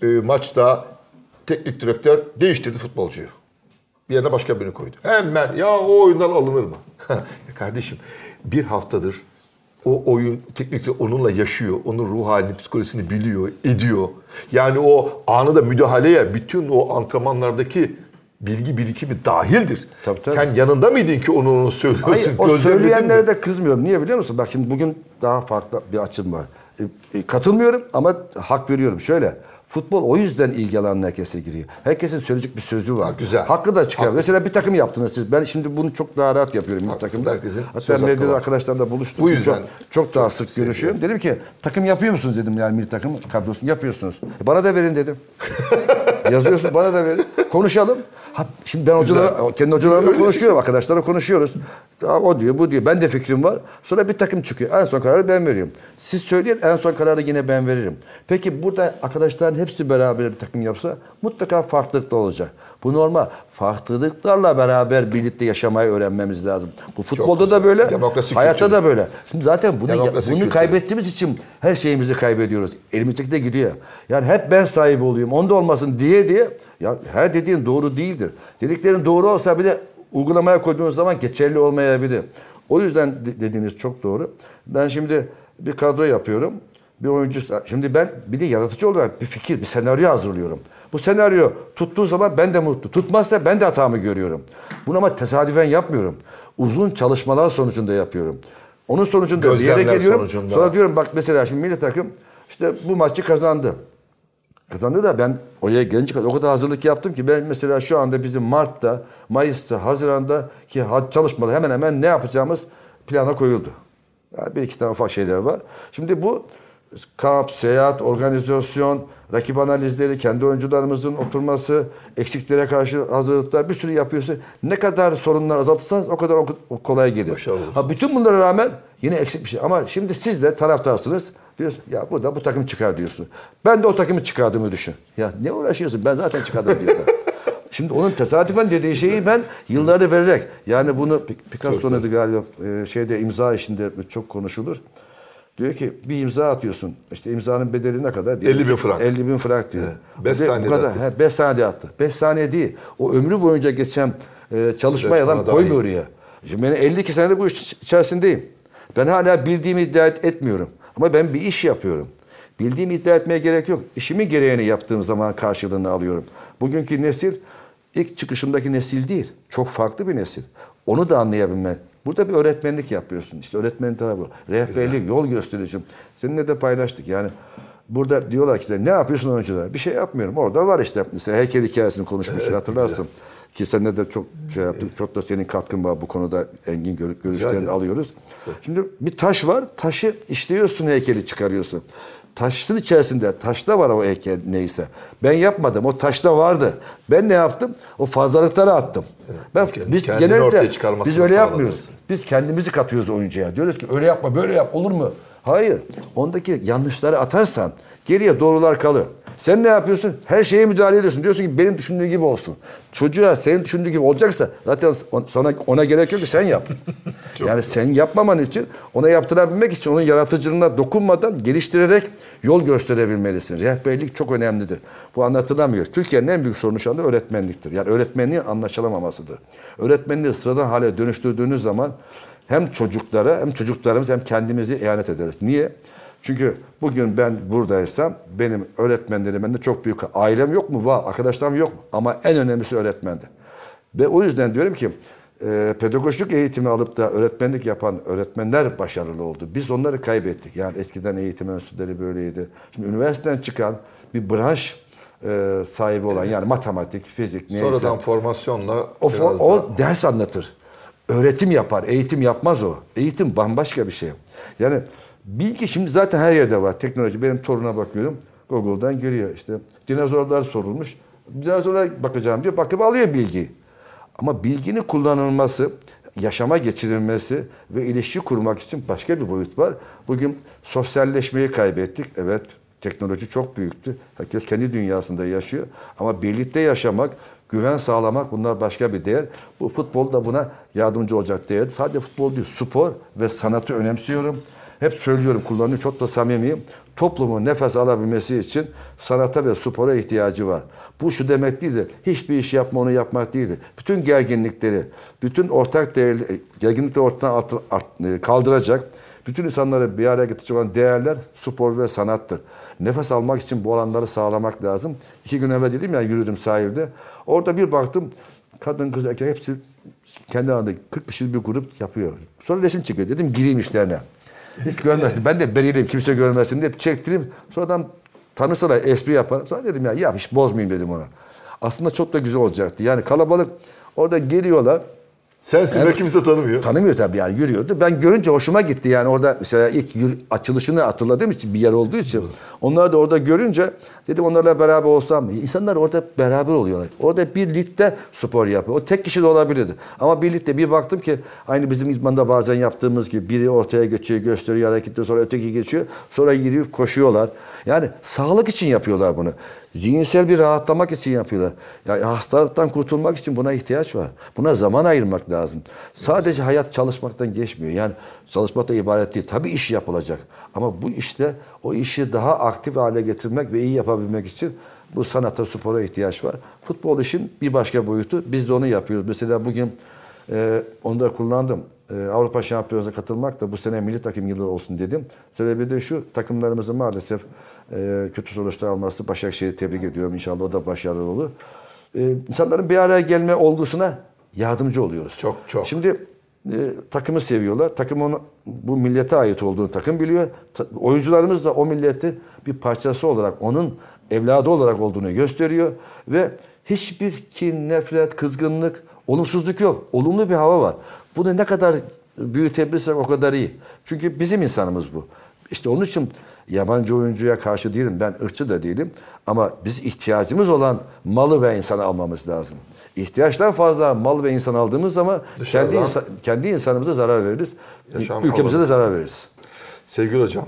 maçta teknik direktör değiştirdi futbolcuyu. Bir yerine başka birini koydu. Hemen ya o oyundan alınır mı? Ya kardeşim bir haftadır o oyun teknik direktör onunla yaşıyor. Onun ruh halini, psikolojisini biliyor, ediyor. Yani o anında müdahaleye bütün o antrenmanlardaki bilgi birikimi dahildir. Tabii. Sen yanında mıydın ki onu söylüyorsun? Hayır, o Gözlemledin söyleyenlere mi? de kızmıyorum. Niye biliyor musun? Bak şimdi bugün daha farklı bir açım var. Katılmıyorum ama hak veriyorum. Şöyle, futbol o yüzden ilgi alanına herkese giriyor. Herkesin söyleyecek bir sözü var. Güzel. Hakkı da çıkar. Haklısın. Mesela bir takım yaptınız siz. Ben şimdi bunu çok daha rahat yapıyorum bir takımda. Herkesin Hatta söz hakkı medyada var. arkadaşlarla buluştuk. Bu yüzden çok daha sık görüşüyorum. Dedim ki takım yapıyor musunuz dedim yani milli takım kadrosunu yapıyorsunuz. Bana da verin dedim. Yazıyorsun bana da verin. Konuşalım. Şimdi ben kendi hocalarımla konuşuyorum, arkadaşlarla konuşuyoruz. O diyor, bu diyor. Ben de fikrim var. Sonra bir takım çıkıyor. En son kararı ben veriyorum. Siz söyleyin, en son kararı yine ben veririm. Peki burada arkadaşların hepsi beraber bir takım yapsa mutlaka farklılık da olacak. Bu normal. Farklılıklarla beraber birlikte yaşamayı öğrenmemiz lazım. Bu futbolda da böyle, Demokrasi hayatta kültürü. da böyle. Şimdi zaten Demokrasi kültürü. kaybettiğimiz için her şeyimizi kaybediyoruz. Elimizdeki de gidiyor. Yani hep ben sahibi olayım, onda olmasın diye ya her dediğin doğru değildir. Dediklerin doğru olsa bile uygulamaya koyduğunuz zaman geçerli olmayabilir. O yüzden dediğiniz çok doğru. Ben şimdi bir kadro yapıyorum. Bir oyuncu, şimdi ben bir de yaratıcı olarak bir fikir, bir senaryo hazırlıyorum. Bu senaryo tuttuğu zaman ben de mutlu. Tutmazsa ben de hatamı görüyorum. Bunu ama tesadüfen yapmıyorum. Uzun çalışmalar sonucunda yapıyorum. Onun sonucunda bir yere Gözlemler geliyorum. sonucunda. Sonra diyorum bak mesela şimdi milli takım işte bu maçı kazandı. Kazandı da ben oraya gelince o kadar hazırlık yaptım ki ben mesela şu anda bizim Mart'ta, Mayıs'ta, Haziran'da ki çalışmalar hemen hemen ne yapacağımız plana koyuldu. Yani bir iki tane ufak şeyler var. Şimdi bu kamp, seyahat, organizasyon, rakip analizleri, kendi oyuncularımızın oturması, eksiklere karşı hazırlıklar bir sürü yapıyorsun. Ne kadar sorunlar azaltırsanız o kadar kolay gelir. Başarılı olursun. Ha, bütün bunlara rağmen yine eksik bir şey. Ama şimdi siz de taraftarsınız. Diyorsun ya bu takım çıkar diyorsun. Ben de o takımı çıkardığımı düşün. Ya ne uğraşıyorsun? Ben zaten çıkardım diyorlar. Şimdi onun tesadüfen dediği şeyi ben yılları vererek yani bunu Picasso'nun galiba şeyde imza işinde çok konuşulur. Diyor ki bir imza atıyorsun. İşte imzanın bedeli ne kadar? 50.000 frank. 50.000 frank diyor. 5 saniyede attı. 5 saniyede attı. 5 saniye değil. O ömrü boyunca geçen çalışmayı adam koymuyor oraya. Şimdi ben 52 senede bu iş içerisindeyim. Ben hala bildiğimi iddia etmiyorum. Ama ben bir iş yapıyorum. Bildiğimi iddia etmeye gerek yok. İşimin gereğini yaptığım zaman karşılığını alıyorum. Bugünkü nesil ilk çıkışımdaki nesil değil. Çok farklı bir nesil. Onu da anlayabilmen. Burada bir öğretmenlik yapıyorsun. İşte öğretmenin tarafı. Rehberlik, yol göstericim. Seninle de paylaştık. Yani burada diyorlar ki ne yapıyorsun oyuncular? Bir şey yapmıyorum. Orada var işte. Mesela heykel hikayesini konuşmuştuk hatırlarsın. Ki seninle de çok şey yaptık. Çok da senin katkın var bu konuda. Engin görüşlerini alıyoruz. Şimdi bir taş var. Taşı işliyorsun, heykeli çıkarıyorsun. Taşın içerisinde, taşta var o heykel neyse. Ben yapmadım. O taşta vardı. Ben ne yaptım? O fazlalıkları attım. Biz genelde biz öyle yapmıyoruz. Biz kendimizi katıyoruz oyuncuya. Diyoruz ki öyle yapma, böyle yap. Olur mu? Hayır. Ondaki yanlışları atarsan geriye doğrular kalır. Sen ne yapıyorsun? Her şeye müdahale ediyorsun. Diyorsun ki benim düşündüğüm gibi olsun. Çocuğa senin düşündüğün gibi olacaksa zaten ona gerek yok ki sen yap. Yani sen yapmaman için ona yaptırabilmek için onun yaratıcılığına dokunmadan geliştirerek yol gösterebilmelisin. Rehberlik çok önemlidir. Bu anlatılamıyor. Türkiye'nin en büyük sorunu şu anda öğretmenliktir. Yani öğretmenliğin anlaşılamamasıdır. Öğretmenliği sıradan hale dönüştürdüğünüz zaman hem çocuklara hem çocuklarımız hem kendimizi ihanet ederiz. Niye? Çünkü bugün ben buradaysam benim öğretmenlerim de çok büyük ailem yok mu? Var. Arkadaşlarım yok mu? Ama en önemlisi öğretmendi. Ve o yüzden diyorum ki pedagojik eğitimi alıp da öğretmenlik yapan öğretmenler başarılı oldu. Biz onları kaybettik. Yani eskiden eğitim enstitüleri böyleydi. Şimdi üniversiteden çıkan bir branş sahibi olan, yani matematik, fizik neyse. Sonradan formasyonla O ders anlatır. Öğretim yapar, eğitim yapmaz o. Eğitim bambaşka bir şey. Yani bilgi şimdi zaten her yerde var. Teknoloji. Benim toruna bakıyorum. Google'dan görüyor. İşte dinozorlar sorulmuş. Dinozorlara bakacağım diyor. Bakıp alıyor bilgiyi. Ama bilginin kullanılması, yaşama geçirilmesi ve ilişki kurmak için başka bir boyut var. Bugün sosyalleşmeyi kaybettik. Evet, teknoloji çok büyüktü. Herkes kendi dünyasında yaşıyor. Ama birlikte yaşamak, güven sağlamak, bunlar başka bir değer. Bu futbol da buna yardımcı olacak değer. Sadece futbol değil, spor ve sanatı önemsiyorum. Hep söylüyorum, kullanıyorum, çok da samimiyim. Toplumun nefes alabilmesi için sanata ve spora ihtiyacı var. Bu şu demek değildir. Hiçbir iş yapma, onu yapmak değildir. Bütün gerginlikleri, bütün ortak değerli, gerginlikleri ortadan kaldıracak, bütün insanları bir araya getirecek olan değerler spor ve sanattır. Nefes almak için bu alanları sağlamak lazım. 2 gün evvel dedim ya, yürüdüm sahilde. Orada bir baktım, kadın, kız, erkek hepsi kendi arasında 40 kişilik bir grup yapıyor. Sonra resim çekiyor. Dedim gireyim işlerine. Hiç görmesin. Ben de berileyim, kimse görmesin diye çektireyim. Sonradan tanısalar, espri yapar. Sonra dedim ya hiç bozmayayım dedim ona. Aslında çok da güzel olacaktı. Yani kalabalık orada geliyorlar. Sensin ve kimse tanımıyor. Tanımıyor tabii, yani yürüyordu. Ben görünce hoşuma gitti, yani orada mesela ilk açılışını hatırladığım için, bir yer olduğu için. Onları da orada görünce dedim onlarla beraber olsam mı? İnsanlar orada beraber oluyorlar. Orada birlikte spor yapıyor. O tek kişi de olabilirdi. Ama birlikte bir baktım ki aynı bizim idmanda bazen yaptığımız gibi biri ortaya geçiyor, gösteriyor hareketi, sonra öteki geçiyor. Sonra giriyor, koşuyorlar. Yani sağlık için yapıyorlar bunu. Zihinsel bir rahatlamak için yapıyorlar. Yani hastalıktan kurtulmak için buna ihtiyaç var. Buna zaman ayırmak lazım. Sadece hayat çalışmaktan geçmiyor. Yani çalışmaktan ibaret değil. Tabii iş yapılacak. Ama bu işte o işi daha aktif hale getirmek ve iyi yapabilmek için bu sanata, spora ihtiyaç var. Futbol işin bir başka boyutu. Biz de onu yapıyoruz. Mesela bugün onu da kullandım. Avrupa Şampiyonası'na katılmak da bu sene milli takım yılı olsun dedim. Sebebi de şu, takımlarımızın maalesef kötü sonuçlar alması. Başakşehir'i tebrik ediyorum. İnşallah o da başarılı olur. İnsanların bir araya gelme olgusuna yardımcı oluyoruz. Çok. Şimdi takımı seviyorlar. Takım onu, bu millete ait olduğunu takım biliyor. Oyuncularımız da o milleti bir parçası olarak, onun evladı olarak olduğunu gösteriyor ve hiçbir kin, nefret, kızgınlık, olumsuzluk yok. Olumlu bir hava var. Bunu ne kadar büyütebilirsek o kadar iyi. Çünkü bizim insanımız bu. İşte onun için yabancı oyuncuya karşı değilim. Ben ırkçı da değilim. Ama biz ihtiyacımız olan malı ve insanı almamız lazım. İhtiyaçlar fazla mal ve insan aldığımız zaman kendi insanımıza zarar veririz. Ülkemize de zarar veririz. Sevgili hocam,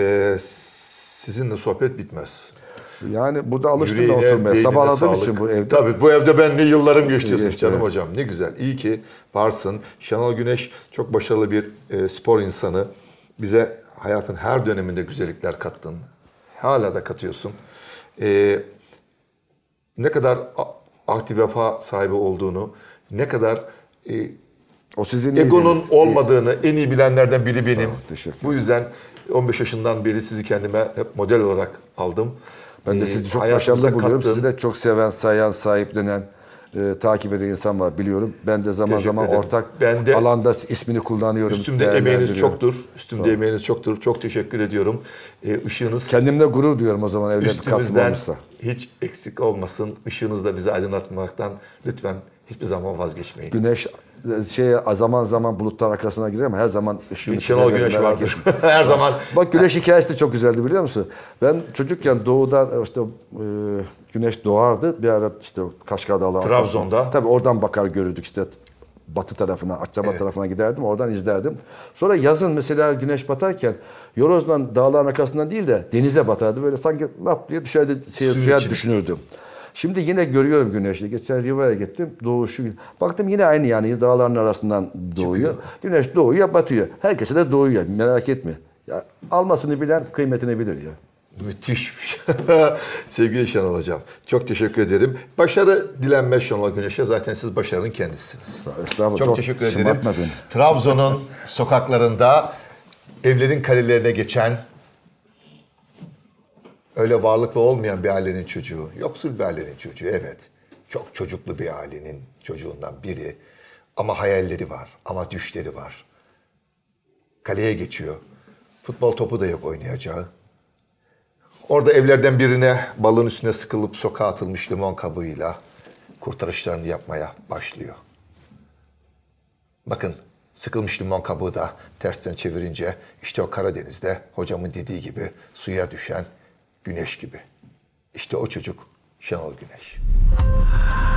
sizinle sohbet bitmez. Yani burada alıştım da oturmaya. Sabahladığım için bu evde. Tabii bu evde ben ne yıllarım geçiyorsunuz canım evet. Hocam. Ne güzel. İyi ki varsın. Şenol Güneş çok başarılı bir spor insanı. Bize hayatın her döneminde güzellikler kattın. Hala da katıyorsun. Ne kadar aktif vefa sahibi olduğunu, ne kadar o sizin egonun olmadığını en iyi bilenlerden biri benim. Teşekkür. Bu yüzden 15 yaşından beri sizi kendime hep model olarak aldım. Ben de sizi çok başarılı buluyorum. Sizi de çok seven, sayan, sahiplenen, takip eden insan var biliyorum. Ben de zaman zaman ortak alanda ismini kullanıyorum. Üstümde emeğiniz çoktur. Emeğiniz çoktur. Çok teşekkür ediyorum. Işığınız... Kendimle gurur duyuyorum o zaman evlat üstümüzden hiç eksik olmasın. Işığınız da bizi aydınlatmaktan lütfen hiçbir zaman vazgeçmeyin. Güneş zaman zaman bulutlar arkasına girer ama her zaman ışığını Şenol Güneş vardır. Her zaman. Bak güneş hikayesi de çok güzeldi biliyor musun? Ben çocukken doğudan işte güneş doğardı. Bir ara işte Kaşgar Dağları. Trabzon'da. Tabii oradan bakar görürdük işte batı tarafına, Akçabat tarafına giderdim. Oradan izlerdim. Sonra yazın mesela güneş batarken Yoroz'dan dağların arkasından değil de denize batardı. Böyle sanki lap diye dışarıda suya düşünürdüm. Şimdi yine görüyorum güneşi. Geçen Riva'ya gittim. Doğuşu. Baktım yine aynı yani dağların arasından doğuyor. Çıkıyor. Güneş doğuyor, batıyor. Herkese de doğuyor. Merak etme. Ya, almasını bilen kıymetini bilir ya. Müthiş bir şey. Sevgili Şenol Hocam, çok teşekkür ederim. Başarı dilenmez Şenol Güneş'e. Zaten siz başarının kendisiniz. Çok teşekkür ederim. Trabzon'un sokaklarında evlerin kalelerine geçen, öyle varlıklı olmayan bir ailenin çocuğu, yoksul bir ailenin çocuğu, evet. Çok çocuklu bir ailenin çocuğundan biri. Ama hayalleri var, ama düşleri var. Kaleye geçiyor. Futbol topu da yok oynayacağı. Orada evlerden birine balığın üstüne sıkılıp sokağa atılmış limon kabuğuyla kurtarışlarını yapmaya başlıyor. Bakın sıkılmış limon kabuğu da tersten çevirince işte o Karadeniz'de hocamın dediği gibi suya düşen güneş gibi. İşte o çocuk Şenol Güneş.